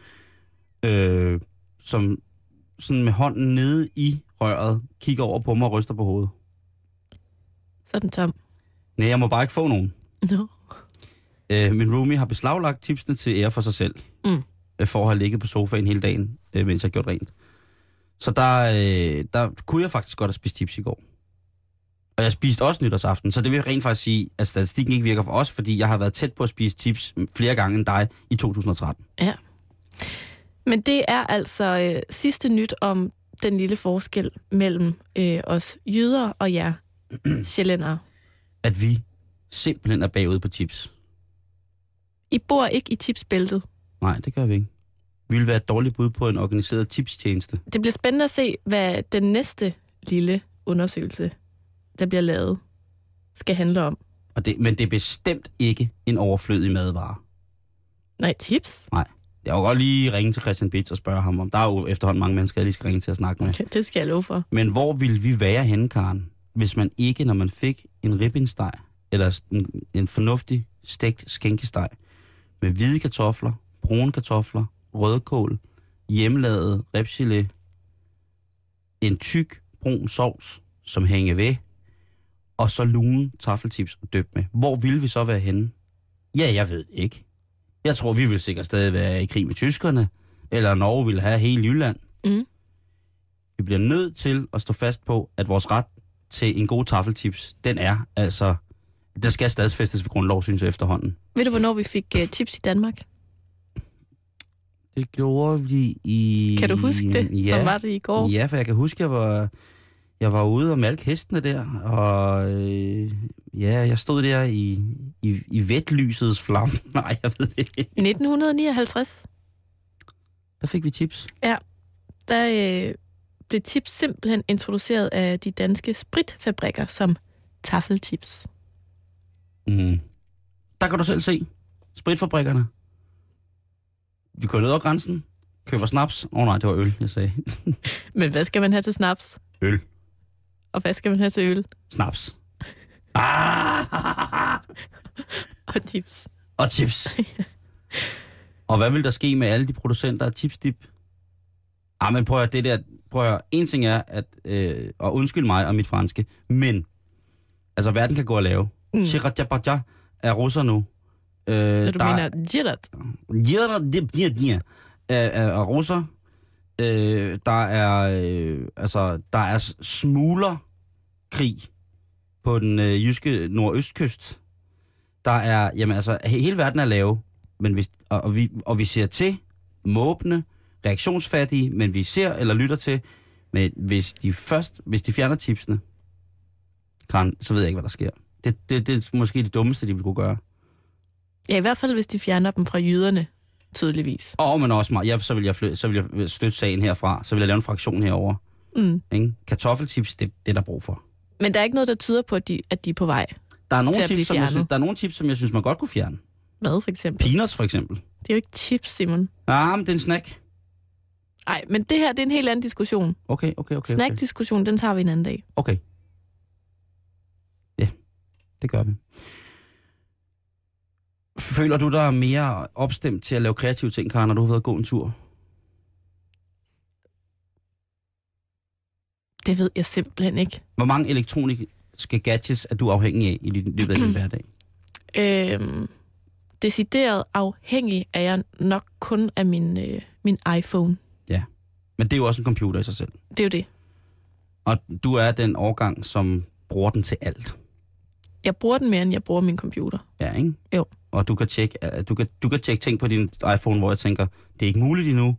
som sådan med hånden nede i røret, kigger over på mig og ryster på hovedet. Så er den tom. Nej, jeg må bare ikke få nogen. No. Min roomie har beslaglagt tipsene til ære for sig selv. For at have ligget på sofaen hele dagen, mens jeg gjort rent. Så der kunne jeg faktisk godt have spist tips i går. Og jeg spiste også nytårsaften, så det vil rent faktisk sige, at statistikken ikke virker for os, fordi jeg har været tæt på at spise tips flere gange end dig i 2013. Ja. Men det er altså sidste nyt om den lille forskel mellem os jyder og jer sjællændere. At vi simpelthen er bagud på tips. I bor ikke i tipsbæltet. Nej, det gør vi ikke. Vi vil være et dårligt bud på en organiseret tipstjeneste. Det bliver spændende at se, hvad den næste lille undersøgelse, der bliver lavet, skal handle om. Men det er bestemt ikke en overflødig madvare. Nej, tips? Nej. Jeg vil godt lige ringe til Christian Bitz og spørge ham om. Der er jo efterhånden mange mennesker, jeg lige skal ringe til at snakke med. Det skal jeg love for. Men hvor ville vi være henne, Karen, hvis man ikke, når man fik en ribbensteg, eller en fornuftig stegt skænkesteg, med hvide kartofler, brune kartofler, rødkål, hjemmelavet ribsgelé, en tyk brun sovs, som hænger ved, og så lune taffeltips og døb med. Hvor ville vi så være henne? Ja, jeg ved ikke. Jeg tror, vi vil sikkert stadig være i krig med tyskerne, eller Norge vil have hele Jylland. Vi bliver nødt til at stå fast på, at vores ret til en god taffeltips, den er altså, der skal stadsfæstes ved grundlov, synes jeg, efterhånden. Ved du, hvornår vi fik tips i Danmark? Det gjorde vi i... Kan du huske det, ja, som var det i går? Ja, for jeg kan huske, jeg var ude og malke hestene der, og jeg stod der i vetlysets flamme. Nej, jeg ved det ikke. 1959. Der fik vi tips. Ja, der blev tips simpelthen introduceret af de danske spritfabrikker som taffeltips. Der kan du selv se spritfabrikkerne. Vi kører ned over grænsen, køber snaps. Nej, det var øl, jeg sagde. Men hvad skal man have til snaps? Øl. Og hvad skal man have til øl? Snaps. Og tips. Og chips. Og hvad vil der ske med alle de producenter af chipsdip? Men prøv at høre, en ting er, at, og undskyld mig og mit franske, men, altså verden kan gå og lave. Chiratabaja er russer nu. Du mener Girat? Girat er russer. Der er smuglerkrig på den jyske nordøstkyst. Der er, hele verden er lave, men vi ser til måbne, reaktionsfattige, men vi ser eller lytter til, men hvis de fjerner tipsene, Karen, så ved jeg ikke, hvad der sker. Det er måske det dummeste, de vil kunne gøre. Ja, i hvert fald, hvis de fjerner dem fra jyderne, tydeligvis. Men også meget. Ja, så vil jeg støtte sagen herfra. Så vil jeg lave en fraktion herover. Kartoffeltips, det er der brug for. Men der er ikke noget, der tyder på, at de er på vej. Der er nogle tips, som jeg synes, man godt kunne fjerne. Hvad for eksempel? Peanuts for eksempel. Det er jo ikke chips, Simon. Men det er en snack. Nej, men det her, det er en helt anden diskussion. Okay. Snack-diskussion, den tager vi en anden dag. Okay. Ja, det gør vi. Føler du dig mere opstemt til at lave kreative ting, Karen, når du har været at gå en tur? Det ved jeg simpelthen ikke. Hvor mange elektroniske gadgets er du afhængig af i løbet af din hverdag? Decideret afhængig er jeg nok kun af min iPhone. Ja, men det er jo også en computer i sig selv. Det er jo det. Og du er den årgang, som bruger den til alt. Jeg bruger den mere, end jeg bruger min computer. Ja, ikke? Jo. Og du kan tjekke ting på din iPhone, hvor jeg tænker, det er ikke muligt endnu.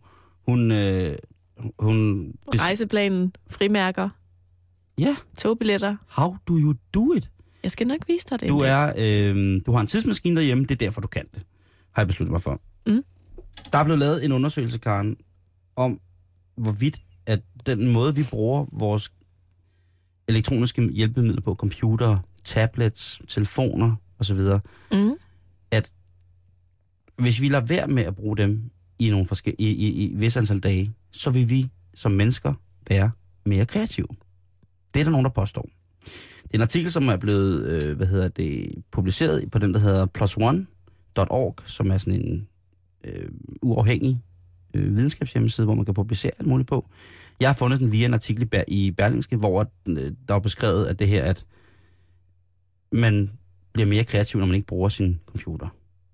Rejseplanen, frimærker. Ja. Togbilletter. How do you do it? Jeg skal nok vise dig det. Du har en tidsmaskine derhjemme, det er derfor, du kan det. Har jeg besluttet mig for. Der er blevet lavet en undersøgelse, Karen, om hvorvidt, at den måde, vi bruger vores elektroniske hjælpemidler på, computer, tablets, telefoner osv., at hvis vi lader være med at bruge dem i visse antal dage, så vil vi som mennesker være mere kreative. Det er der nogen, der påstår. Det er en artikel, som er blevet publiceret på den, der hedder plusone.org, som er sådan en uafhængig videnskabshjemmeside, hvor man kan publicere alt muligt på. Jeg har fundet den via en artikel i Berlingske, hvor der er beskrevet, at det her, at man bliver mere kreativ, når man ikke bruger sin computer.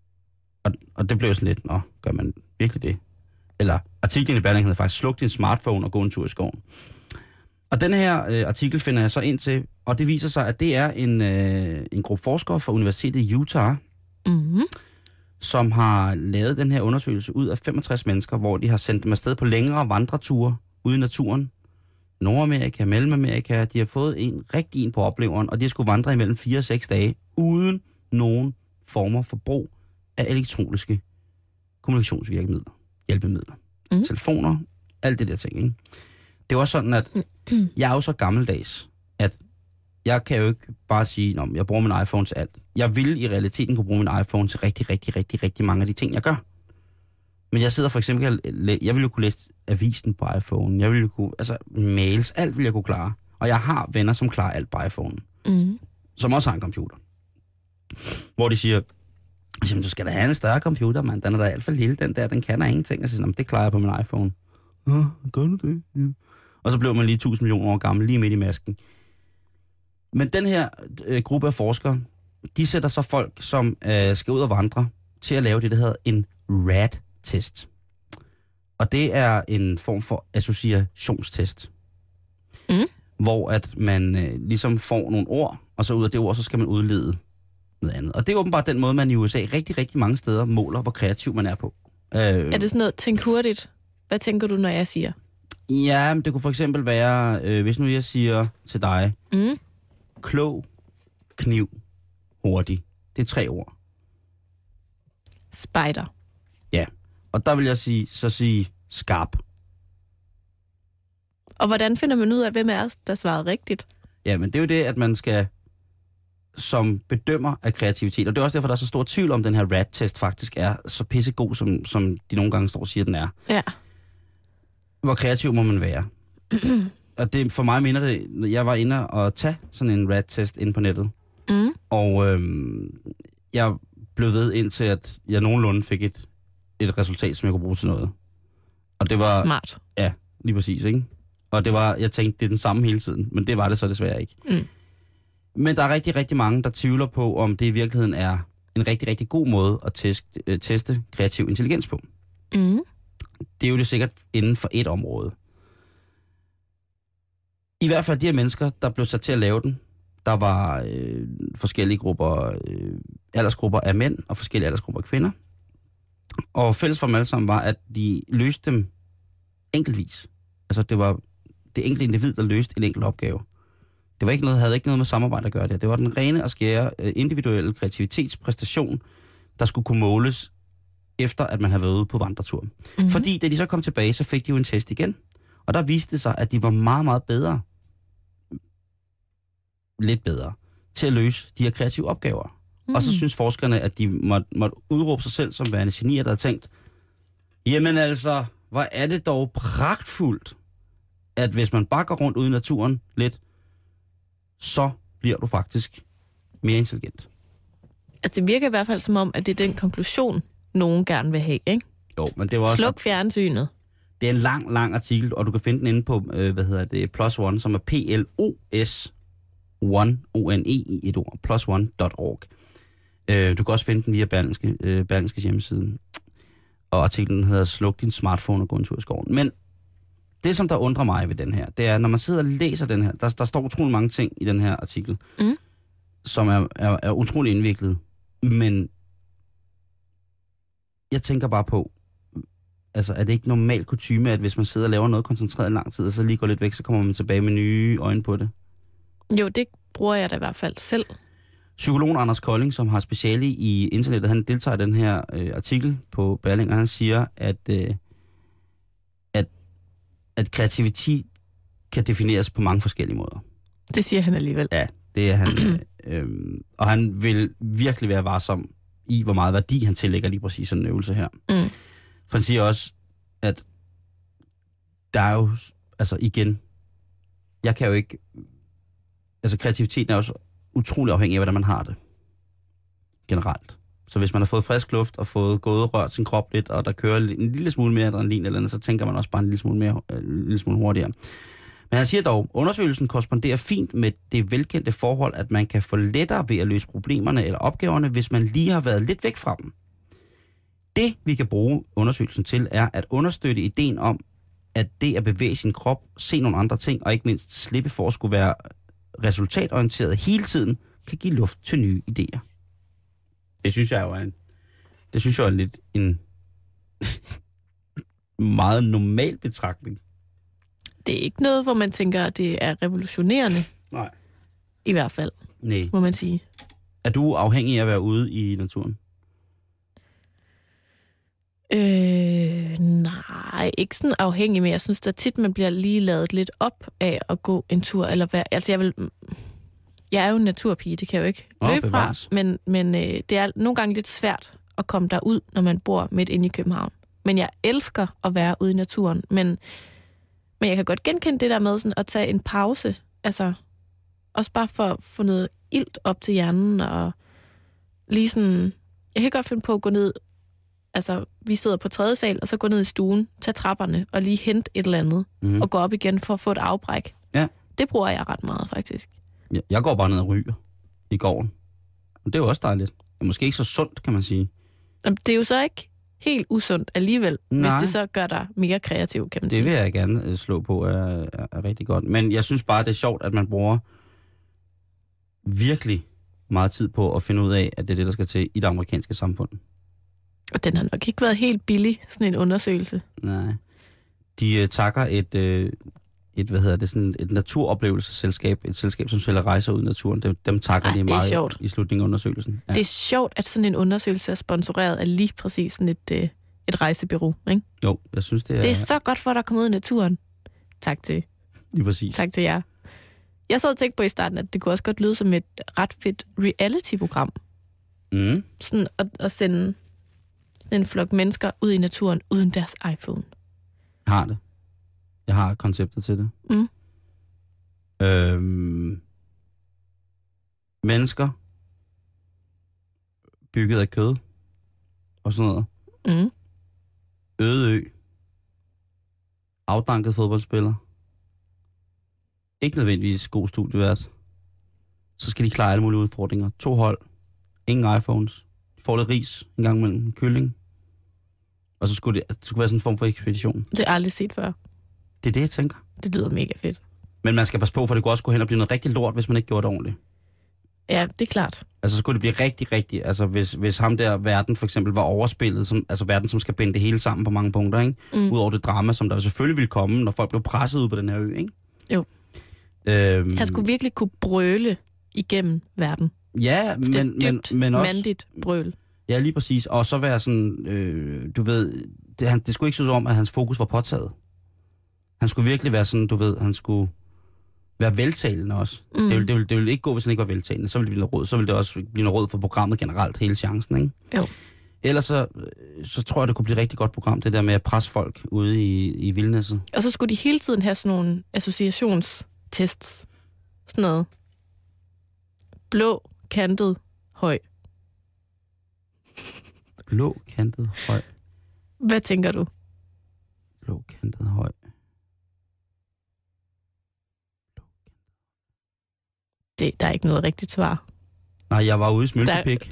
Og det blev sådan lidt, gør man virkelig det? Eller artiklen i Berlingske hedder faktisk, sluk din smartphone og gå en tur i skoven. Og den her artikel finder jeg så ind til, og det viser sig, at det er en gruppe forskere fra Universitetet i Utah, som har lavet den her undersøgelse ud af 65 mennesker, hvor de har sendt dem afsted på længere vandreture ude i naturen. Nordamerika, Mellemamerika, de har fået en på opleveren, og de har skulle vandre imellem 4 og 6 dage, uden nogen former for brug af elektroniske kommunikationsvirkemidler, hjælpemidler. Telefoner, alt det der ting, ikke? Det var sådan, at jeg er jo så gammeldags, at jeg kan jo ikke bare sige, at jeg bruger min iPhone til alt. Jeg vil i realiteten kunne bruge min iPhone til rigtig mange af de ting, jeg gør. Men jeg sidder for eksempel, jeg vil jo kunne læse avisen på iPhone, jeg vil jo kunne, mails, alt vil jeg kunne klare. Og jeg har venner, som klarer alt på iPhone, som også har en computer. Hvor de siger, du skal da have en større computer, mand, den er da alt for lille, den kan der ingenting. Og så siger, det klarer jeg på min iPhone. Gør du det? Ja. Og så blev man lige 1000 millioner år gammel, lige midt i masken. Men den her gruppe af forskere, de sætter så folk, som skal ud og vandre, til at lave det, der hedder en RAD-test. Og det er en form for associationstest. Hvor at man ligesom får nogle ord, og så ud af det ord, så skal man udlede noget andet. Og det er åbenbart den måde, man i USA rigtig mange steder måler, hvor kreativ man er på. Er det sådan noget, tænk hurtigt? Hvad tænker du, når jeg siger? Ja, det kunne for eksempel være, hvis nu jeg siger til dig, klog, kniv, hurtig. Det er 3 ord. Spider. Ja, og der vil jeg sige skarp. Og hvordan finder man ud af, hvem er der svarede rigtigt? Ja, men det er jo det, at man skal som bedømmer af kreativitet, og det er også derfor, der er så stor tvivl om, den her RAD-test faktisk er så pissegod, som de nogle gange står og siger, den er. Ja. Hvor kreativ må man være? Og det, for mig minder det, jeg var inde og tage sådan en RAD-test inde på nettet, og jeg blev ved indtil, at jeg nogenlunde fik et resultat, som jeg kunne bruge til noget. Og det var... Smart. Ja, lige præcis, ikke? Og det var, jeg tænkte, det er den samme hele tiden, men det var det så desværre ikke. Men der er rigtig mange, der tvivler på, om det i virkeligheden er en rigtig god måde at teste kreativ intelligens på. Det er jo det sikkert inden for et område. I hvert fald de her mennesker, der blev sat til at lave den, der var forskellige grupper, aldersgrupper af mænd og forskellige aldersgrupper af kvinder. Og fælles for dem alle sammen var, at de løste dem enkeltvis. Altså det var det enkelte individ, der løste en enkelt opgave. Det var ikke noget, havde ikke noget med samarbejde at gøre det. Det var den rene og skære individuelle kreativitetspræstation, der skulle kunne måles efter, at man havde været ude på vandretur. Fordi da de så kom tilbage, så fik de jo en test igen. Og der viste det sig, at de var meget bedre, lidt bedre, til at løse de her kreative opgaver. Og så synes forskerne, at de måtte udråbe sig selv som værende genier, der havde tænkt, jamen altså, hvor er det dog pragtfuldt, at hvis man bare går rundt ude i naturen lidt, så bliver du faktisk mere intelligent. Altså, det virker i hvert fald som om, at det er den konklusion, nogen gerne vil have, ikke? Jo, men det var også... Sluk fjernsynet. Det er en lang artikel, og du kan finde den inde på, Plus One, som er PLOS1, ONE i et ord, plusone.org. Du kan også finde den via Berlingske hjemmeside. Og artiklen hedder Sluk din smartphone og gå en tur i skoven. Men det, som der undrer mig ved den her, det er, når man sidder og læser den her, der står utrolig mange ting i den her artikel, som er utrolig indviklet. Men jeg tænker bare på, altså er det ikke normalt kutyme, at hvis man sidder og laver noget koncentreret i lang tid, og så lige går lidt væk, så kommer man tilbage med nye øjne på det? Jo, det bruger jeg da i hvert fald selv. Psykologen Anders Kolding, som har speciale i internettet, han deltager i den her artikel på Berlingske, og han siger, at kreativitet kan defineres på mange forskellige måder. Det siger han alligevel. Ja, det er han. Og han vil virkelig være varsom i, hvor meget værdi han tillægger lige præcis sådan en øvelse her. For han siger også, at der er jo, altså igen, jeg kan jo ikke, altså kreativiteten er også utrolig afhængig af, hvordan man har det. Generelt. Så hvis man har fået frisk luft og fået gået og rørt sin krop lidt, og der kører en lille smule mere adrenalin eller andet, så tænker man også bare en lille smule hurtigere. Men han siger dog, undersøgelsen korresponderer fint med det velkendte forhold, at man kan få lettere ved at løse problemerne eller opgaverne, hvis man lige har været lidt væk fra dem. Det, vi kan bruge undersøgelsen til, er at understøtte ideen om, at det at bevæge sin krop, se nogle andre ting, og ikke mindst slippe for at skulle være resultatorienteret hele tiden, kan give luft til nye idéer. Det synes jeg jo er lidt en meget normal betragtning. Det er ikke noget, hvor man tænker, at det er revolutionerende. Nej. I hvert fald, Nej. må man sige. Er du afhængig af at være ude i naturen? Nej, ikke sådan afhængig, men jeg synes da tit, man bliver lige ladet lidt op af at gå en tur, eller hvad. Altså, jeg er jo en naturpige, det kan jeg jo ikke løbe fra, men det er nogle gange lidt svært at komme derud, når man bor midt inde i København. Men jeg elsker at være ude i naturen, men jeg kan godt genkende det der med sådan at tage en pause, altså også bare for at få noget ilt op til hjernen, og lige sådan, jeg kan godt finde på at gå ned. Altså, vi sidder på 3. sal, og så går ned i stuen, tager trapperne, og lige hente et eller andet, og går op igen for at få et afbræk. Ja. Det bruger jeg ret meget, faktisk. Ja, jeg går bare ned og ryger i gården. Og det er jo også dejligt. Det er måske ikke så sundt, kan man sige. Jamen, det er jo så ikke helt usundt alligevel, Nej. hvis det så gør dig mere kreativ, kan man sige. Det vil jeg gerne slå på, er rigtig godt. Men jeg synes bare, det er sjovt, at man bruger virkelig meget tid på at finde ud af, at det er det, der skal til i det amerikanske samfund. Og den har nok ikke været helt billig, sådan en undersøgelse. Nej. De takker et naturoplevelseselskab, et selskab, som sælger rejser ud i naturen. Dem takker de meget sjovt. I slutningen af undersøgelsen. Ja. Det er sjovt, at sådan en undersøgelse er sponsoreret af lige præcis sådan et rejsebureau, ikke? Jo, jeg synes, det er... Det er så godt for, at der kommer ud i naturen. Tak til. Lige præcis. Tak til jer. Jeg sad og tænkte på i starten, at det kunne også godt lyde som et ret fedt reality-program. Mm. Sådan at sende en flok mennesker ud i naturen uden deres iPhone. Jeg har det. Jeg har konceptet til det. Mm. Mennesker bygget af kød og sådan noget. Mm. Øde ø. Afdanket fodboldspiller. Ikke nødvendigvis god studievært. Så skal de klare alle mulige udfordringer. 2 hold. Ingen iPhones. De får lidt ris en gang imellem. En kylling. Og så skulle det skulle være sådan en form for ekspedition. Det har jeg aldrig set før. Det er det, jeg tænker. Det lyder mega fedt. Men man skal passe på, for det kunne også gå hen og blive noget rigtig lort, hvis man ikke gjorde det ordentligt. Ja, det er klart. Altså, så skulle det blive rigtig... Altså, hvis ham der verden for eksempel var overspillet, altså verden, som skal binde det hele sammen på mange punkter, ikke? Mm. Udover det drama, som der selvfølgelig ville komme, når folk blev presset ud på den her ø, ikke? Jo. Han skulle virkelig kunne brøle igennem verden. Ja, men også... mandigt brøl. Ja, lige præcis. Og så være sådan, du ved... Det skulle ikke se ud om, at hans fokus var påtaget. Han skulle virkelig være sådan, du ved, han skulle være veltalende også. Mm. Det ville ikke gå, hvis han ikke var veltalende. Så ville det blive noget råd. Så ville det også blive noget råd for programmet generelt, hele chancen, ikke? Jo. Ellers så tror jeg, det kunne blive et rigtig godt program, det der med at presse folk ude i vildnæsset. Og så skulle de hele tiden have sådan nogle associationstests. Sådan noget. Blå, kantet, høj. Blå, kantet, høj. Hvad tænker du? Blå, kantet, høj. Der er ikke noget rigtigt svar. Nej, jeg var ude i smølfepik.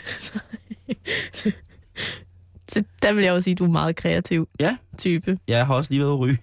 Der vil jeg også sige, at du er meget kreativ type. Ja, jeg har også lige været ude at ryge.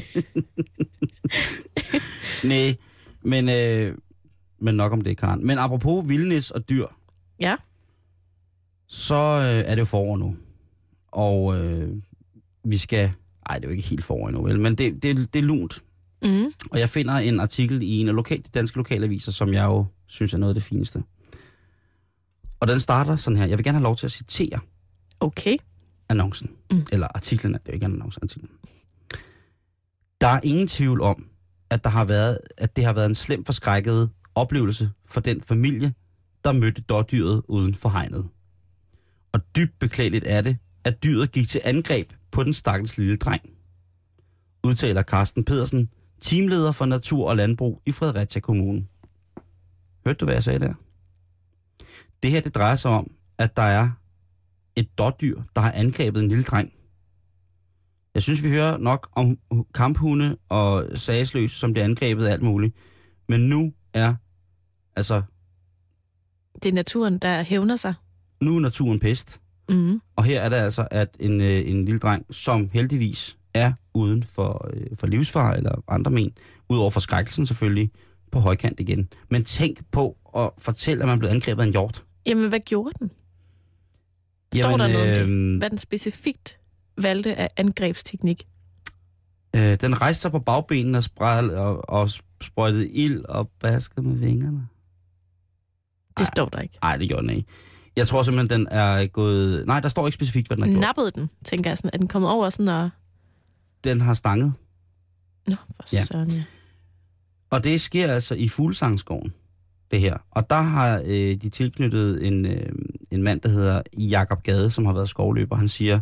Nej, men nok om det, Karen. Men apropos vildnis og dyr. Ja. Så er det jo forår nu. Og vi skal... Ej, det er jo ikke helt forår endnu, vel? Men det er lunt. Mm. Og jeg finder en artikel i en af de danske lokalaviser, som jeg jo synes er noget af det fineste. Og den starter sådan her. Jeg vil gerne have lov til at citere annoncen. Mm. Eller artiklen, det er jo ikke en annonce, artiklen. Der er ingen tvivl om, at det har været en slem forskrækket oplevelse for den familie, der mødte dårdyret uden for hegnet. Og dybt beklageligt er det, at dyret gik til angreb på den stakkels lille dreng. Udtaler Carsten Pedersen, teamleder for Natur og Landbrug i Fredericia Kommune. Hørte du, hvad jeg sagde der? Det her, det drejer sig om, at der er et dårdyr, der har angrebet en lille dreng. Jeg synes, vi hører nok om kamphunde og sagesløse, som bliver angrebet af alt muligt. Men nu er, det er naturen, der hævner sig. Nu er naturen pest. Mm. Og her er det altså, at en lille dreng, som heldigvis er uden for livsfare eller andre men, udover forskrækkelsen selvfølgelig, på højkant igen. Men tænk på at fortælle, at man blev angrebet af en hjort. Jamen, hvad gjorde den? Står der noget om det? Hvad den specifikt valgte af angrebsteknik? Den rejste sig på bagbenene og sprøjtede ild og baskede med vingerne. Det står der ikke. Nej, det gjorde den ikke. Jeg tror simpelthen, den er gået... Nej, der står ikke specifikt, hvad den har gjort. Nappede den, tænker jeg sådan. Er den kommet over sådan og... Den har stanget. Nå, for søren, ja. Og det sker altså i Fuglsangskoven, det her. Og der har de tilknyttet en mand, der hedder Jakob Gade, som har været skovløber. Han siger,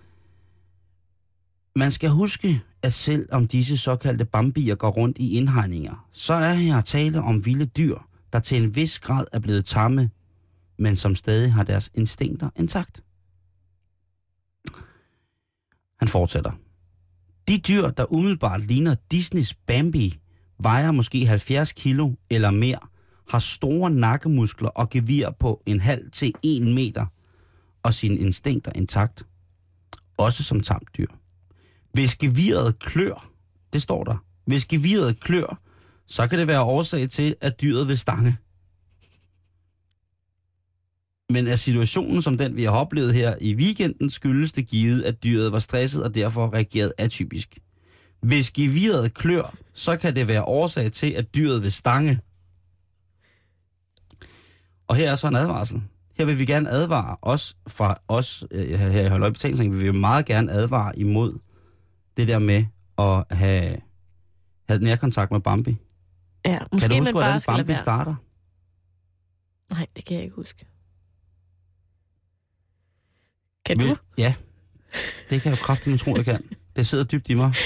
man skal huske, at selv om disse såkaldte bambier går rundt i indhegninger, så er her tale om vilde dyr, der til en vis grad er blevet tamme, men som stadig har deres instinkter intakt. Han fortsætter. De dyr, der umiddelbart ligner Disneys Bambi, vejer måske 70 kilo eller mere, har store nakkemuskler og gevir på 0,5 til 1 meter, og sine instinkter intakt. Også som tamt dyr. Hvis geviret klør, det står der, hvis geviret klør, så kan det være årsag til, at dyret vil stange. Men er situationen som den, vi har oplevet her i weekenden, skyldes det givet, at dyret var stresset og derfor reagerede atypisk. Hvis geviret klør, så kan det være årsag til, at dyret vil stange. Og her er så en advarsel. Her vil vi gerne advare her i Halløj Betalingsring, vil vi meget gerne advare imod det der med at have nærkontakt med Bambi. Ja, måske kan du huske, man hvordan Bambi starter? Nej, det kan jeg ikke huske. Kan du? Ja, det kan jeg jo kraftigt tro, jeg kan. Det sidder dybt i mig.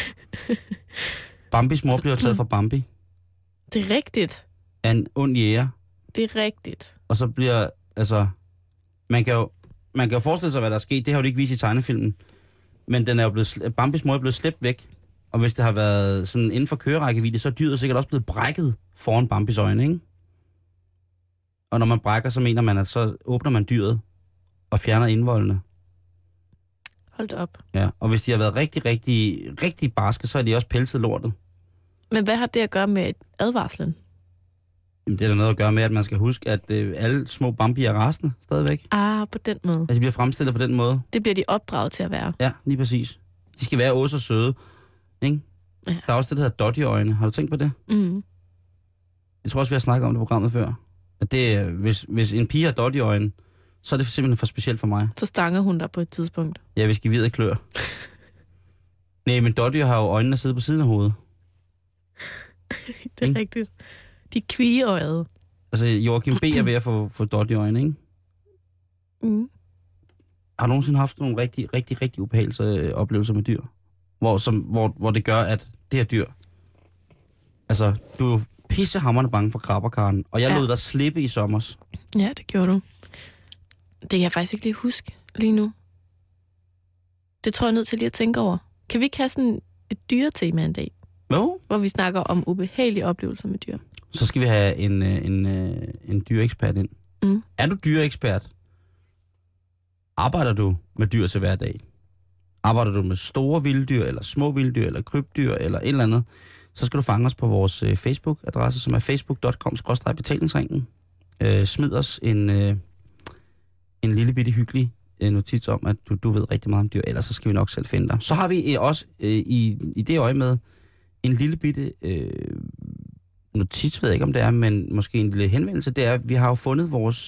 Bambis mor bliver taget fra Bambi. Det er rigtigt. Af en ond jæger. Det er rigtigt. Og så bliver, altså... Man kan jo forestille sig, hvad der er sket. Det har jo ikke vist i tegnefilmen. Men den er jo Bambis mor er blevet slæbt væk. Og hvis det har været sådan inden for kørerækkevidde, så er dyret sikkert også blevet brækket foran Bambis øjne, ikke? Og når man brækker, så mener man, at så åbner man dyret og fjerner indvoldene. Hold da op. Ja, og hvis de har været rigtig barske, så er de også pelset lortet. Men hvad har det at gøre med advarslen? Jamen, det er der noget at gøre med, at man skal huske, at alle små Bambi er rasende stadigvæk. På den måde. Altså, de bliver fremstillet på den måde. Det bliver de opdraget til at være. Ja, lige præcis. De skal være også søde, ikke? Ja. Der er også det, der hedder dodgy-øjne. Har du tænkt på det? Mhm. Jeg tror også, vi har snakket om det programmet før. At det, hvis en pige har dodgy-øjne, så er det simpelthen for specielt for mig. Så stanger hun dig på et tidspunkt. Ja, hvis geviret klør. Nej, men dodgy har jo øjnene siddet på siden af hovedet. Det er rigtigt. De kvigeøjede. Altså, Joachim B. er ved at få dodgy-øjne, ikke? Mm. Har du nogensinde haft nogle rigtig ubehagelige oplevelser med dyr? Hvor det gør, at det her dyr... Altså, du er jo pissehamrende bange for krabberkaren, og jeg lod dig slippe i sommers. Ja, det gjorde du. Det kan jeg faktisk ikke lige huske lige nu. Det tror jeg er nødt til lige at tænke over. Kan vi ikke have sådan et dyretema en dag? Jo. Hvor vi snakker om ubehagelige oplevelser med dyr. Så skal vi have en dyreekspert ind. Mm. Er du dyreekspert? Arbejder du med dyr til hverdag? Arbejder du med store vilddyr, eller små vilddyr, eller krybdyr, eller et eller andet? Så skal du fange os på vores Facebook-adresse, som er facebook.com/betalingsringen. Smid os en lille bitte hyggelig notits om, at du ved rigtig meget om dyr, ellers så skal vi nok selv finde dig. Så har vi også i det øje med en lille bitte notits, ved jeg ikke om det er, men måske en lille henvendelse, det er, vi har jo fundet vores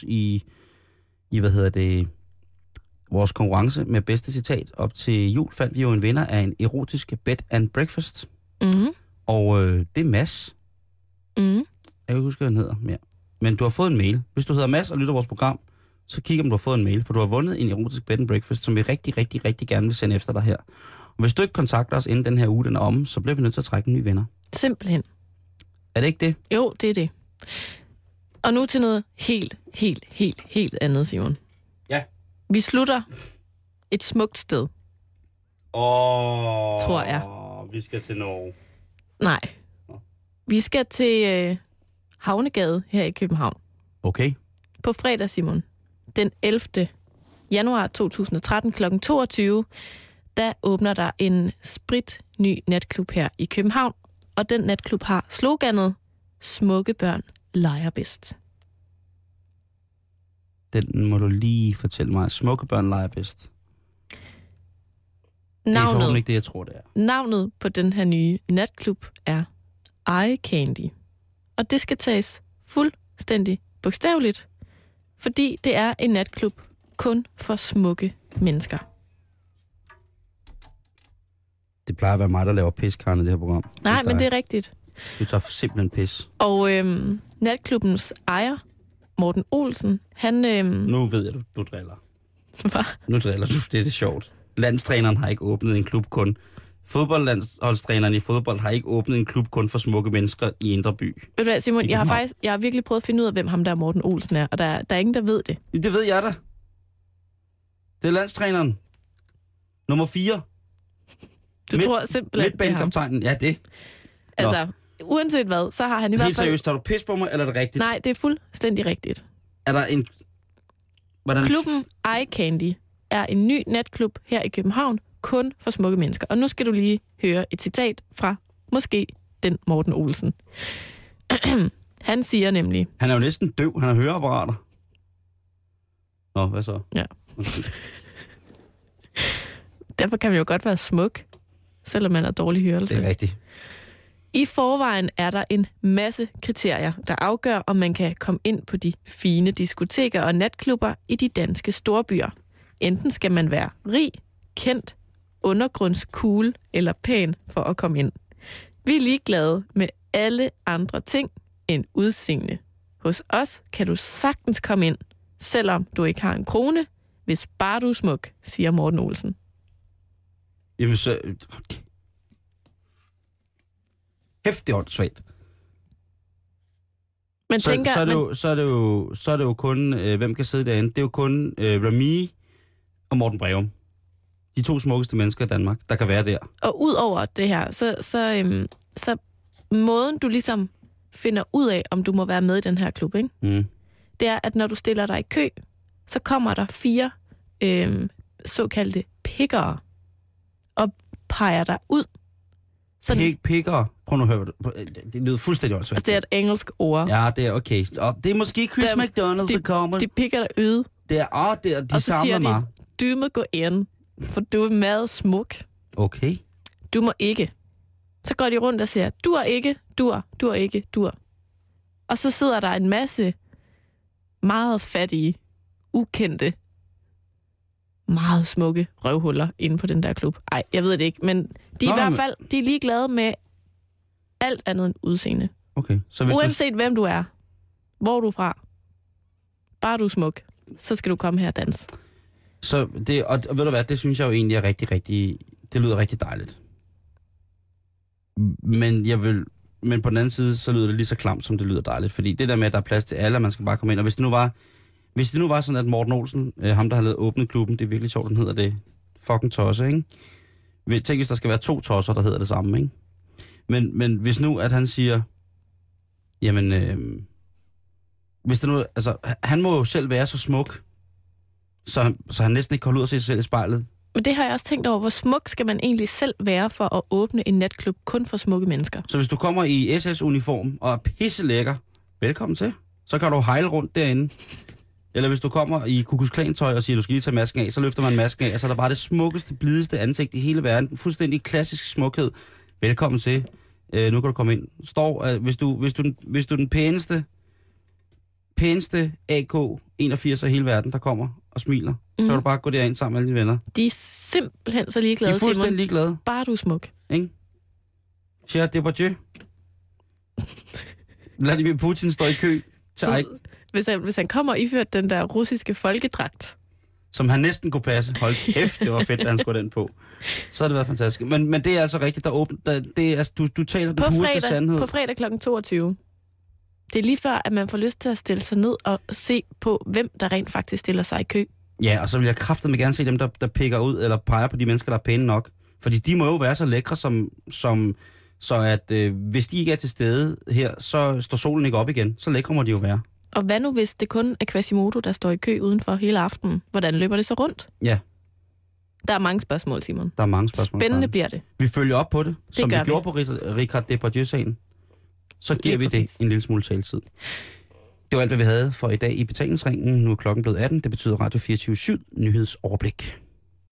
vores konkurrence med bedste citat. Op til jul fandt vi jo en vinder af en erotisk bed and breakfast. Mm-hmm. Og det er Mads. Mm. Jeg kan ikke huske, hvad han hedder mere. Men du har fået en mail. Hvis du hedder Mads og lytter vores program, så kig om du har fået en mail, for du har vundet en erotisk bed and breakfast, som vi rigtig gerne vil sende efter dig her. Og hvis du ikke kontakter os inden den her uge, den er omme, så bliver vi nødt til at trække en ny vinder. Simpelthen. Er det ikke det? Jo, det er det. Og nu til noget helt andet, Simon. Ja. Vi slutter et smukt sted. Tror jeg. Vi skal til Norge. Nej. Vi skal til Havnegade her i København. Okay. På fredag, Simon. Den 11. januar 2013 kl. 22, der åbner der en spritny natklub her i København. Og den natklub har sloganet, smukke børn leger bedst. Den må du lige fortælle mig. Smukke børn leger bedst. Det er forhåbentlig ikke det, jeg tror, det er. Navnet på den her nye natklub er Eye Candy. Og det skal tages fuldstændig bogstaveligt, fordi det er en natklub kun for smukke mennesker. Det plejer at være mig, der laver piskarne i det her program. Nej, men det er rigtigt. Du tager simpelthen pis. Og natklubbens ejer, Morten Olsen, han... Nu ved jeg, du driller. Hvad? Nu driller du, det er sjovt. Landstræneren har ikke åbnet en klub kun. Fodboldlandsholdstræneren i fodbold har ikke åbnet en klub kun for smukke mennesker i Indre By. Ved du hvad, Simon, jeg har virkelig prøvet at finde ud af, hvem ham der Morten Olsen er, og der er ingen, der ved det. Det ved jeg da. Det er landstræneren. Nummer 4. Du tror simpelthen, midtbanekaptajnen, ja det. Altså, uanset hvad, så har han i hvert fald... Helt seriøst, tager du pis på mig, eller er det rigtigt? Nej, det er fuldstændig rigtigt. Er der en... Klubben Eye Candy er en ny natklub her i København, kun for smukke mennesker. Og nu skal du lige høre et citat fra måske den Morten Olsen. Han siger nemlig... Han er jo næsten døv, han har høreapparater. Nå, hvad så? Ja. Derfor kan man jo godt være smuk, selvom man har dårlig hørelse. Det er rigtigt. I forvejen er der en masse kriterier, der afgør, om man kan komme ind på de fine diskoteker og natklubber i de danske storbyer. Enten skal man være rig, kendt, undergrundscool eller pæn for at komme ind. Vi er ligeglade med alle andre ting end udseende. Hos os kan du sagtens komme ind, selvom du ikke har en krone, hvis bare du er smuk, siger Morten Olsen. Jamen så... Hæftigt åndssvagt. Men tænker... Så er det jo kun... hvem kan sidde derinde? Det er jo kun Remy og Morten Breum. De 2 smukkeste mennesker i Danmark, der kan være der. Og ud over det her, så måden du ligesom finder ud af, om du må være med i den her klub, ikke? Det er, at når du stiller dig i kø, så kommer der 4 såkaldte pickere og peger dig ud. Pickere? Prøv nu at høre. Det lyder fuldstændig åndssvagt. Altså, det er et engelsk ord. Ja, det er okay. Og det er måske Chris McDonald, der kommer. De picker dig ud. Det er, de samler mig. Du må gå ind, for du er meget smuk. Okay. Du må ikke. Så går de rundt og siger, du er ikke, du er ikke, du er. Og så sidder der en masse meget fattige, ukendte, meget smukke røvhuller inde på den der klub. Ej, jeg ved det ikke, men de er i hvert fald de er ligeglade med alt andet end udseende. Okay. Så hvis uanset hvem du er, hvor du er fra, bare du er smuk, så skal du komme her og danse. Så det, og ved du hvad, det synes jeg jo egentlig er rigtig, rigtig, det lyder rigtig dejligt. Men på den anden side, så lyder det lige så klamt, som det lyder dejligt. Fordi det der med, at der er plads til alle, og man skal bare komme ind. Og hvis det nu var sådan, at Morten Olsen, ham der har lavet åbnet klubben, det er virkelig sjovt, den hedder det, fucking tosse, ikke? Tænk, hvis der skal være 2 tosser, der hedder det samme, ikke? Men hvis nu, at han siger, jamen, hvis det nu, altså, han må jo selv være så smuk, så han næsten ikke kan holde ud at se sig selv i spejlet. Men det har jeg også tænkt over, hvor smuk skal man egentlig selv være for at åbne en natklub kun for smukke mennesker? Så hvis du kommer i SS-uniform og er pisselækker, velkommen til. Så kan du hejle rundt derinde. Eller hvis du kommer i Ku Klux Klan-tøj og siger, du skal lige tage masken af, så løfter man masken af, og så er der bare det smukkeste, blideste ansigt i hele verden. Fuldstændig klassisk smukhed. Velkommen til. Nu kan du komme ind. Hvis du er den pæneste AK81 af hele verden, der kommer og smiler, så kan du bare gå derind sammen med alle dine venner. De er simpelthen så ligeglade, Simon. De er fuldstændig ligeglade. Bare du er smuk. Ikke? Cher Depardieu. Vladimir Putin står i kø til hvis han kommer iført den der russiske folkedragt, som han næsten kunne passe. Hold kæft, det var fedt, at han skulle den på. Så har det været fantastisk. Men det er altså rigtigt, der åbent. Det er, altså, du taler den pureste sandhed. På fredag kl. 22. Det er lige før, at man får lyst til at stille sig ned og se på, hvem der rent faktisk stiller sig i kø. Ja, og så vil jeg kraftedeme gerne se dem, der pikker ud eller peger på de mennesker, der er pæne nok. Fordi de må jo være så lækre, så at hvis de ikke er til stede her, så står solen ikke op igen. Så lækre må de jo være. Og hvad nu, hvis det kun er Quasimodo, der står i kø udenfor hele aftenen? Hvordan løber det så rundt? Ja. Der er mange spørgsmål, Simon. Der er mange spørgsmål. Spændende bliver det. Vi følger op på det, som vi gjorde på Richard Depardieu-sagen. Så giver vi det en lille smule taletid. Det var alt, hvad vi havde for i dag i betalingsringen. Nu er klokken blevet 18. Det betyder Radio 24/7 nyhedsoverblik.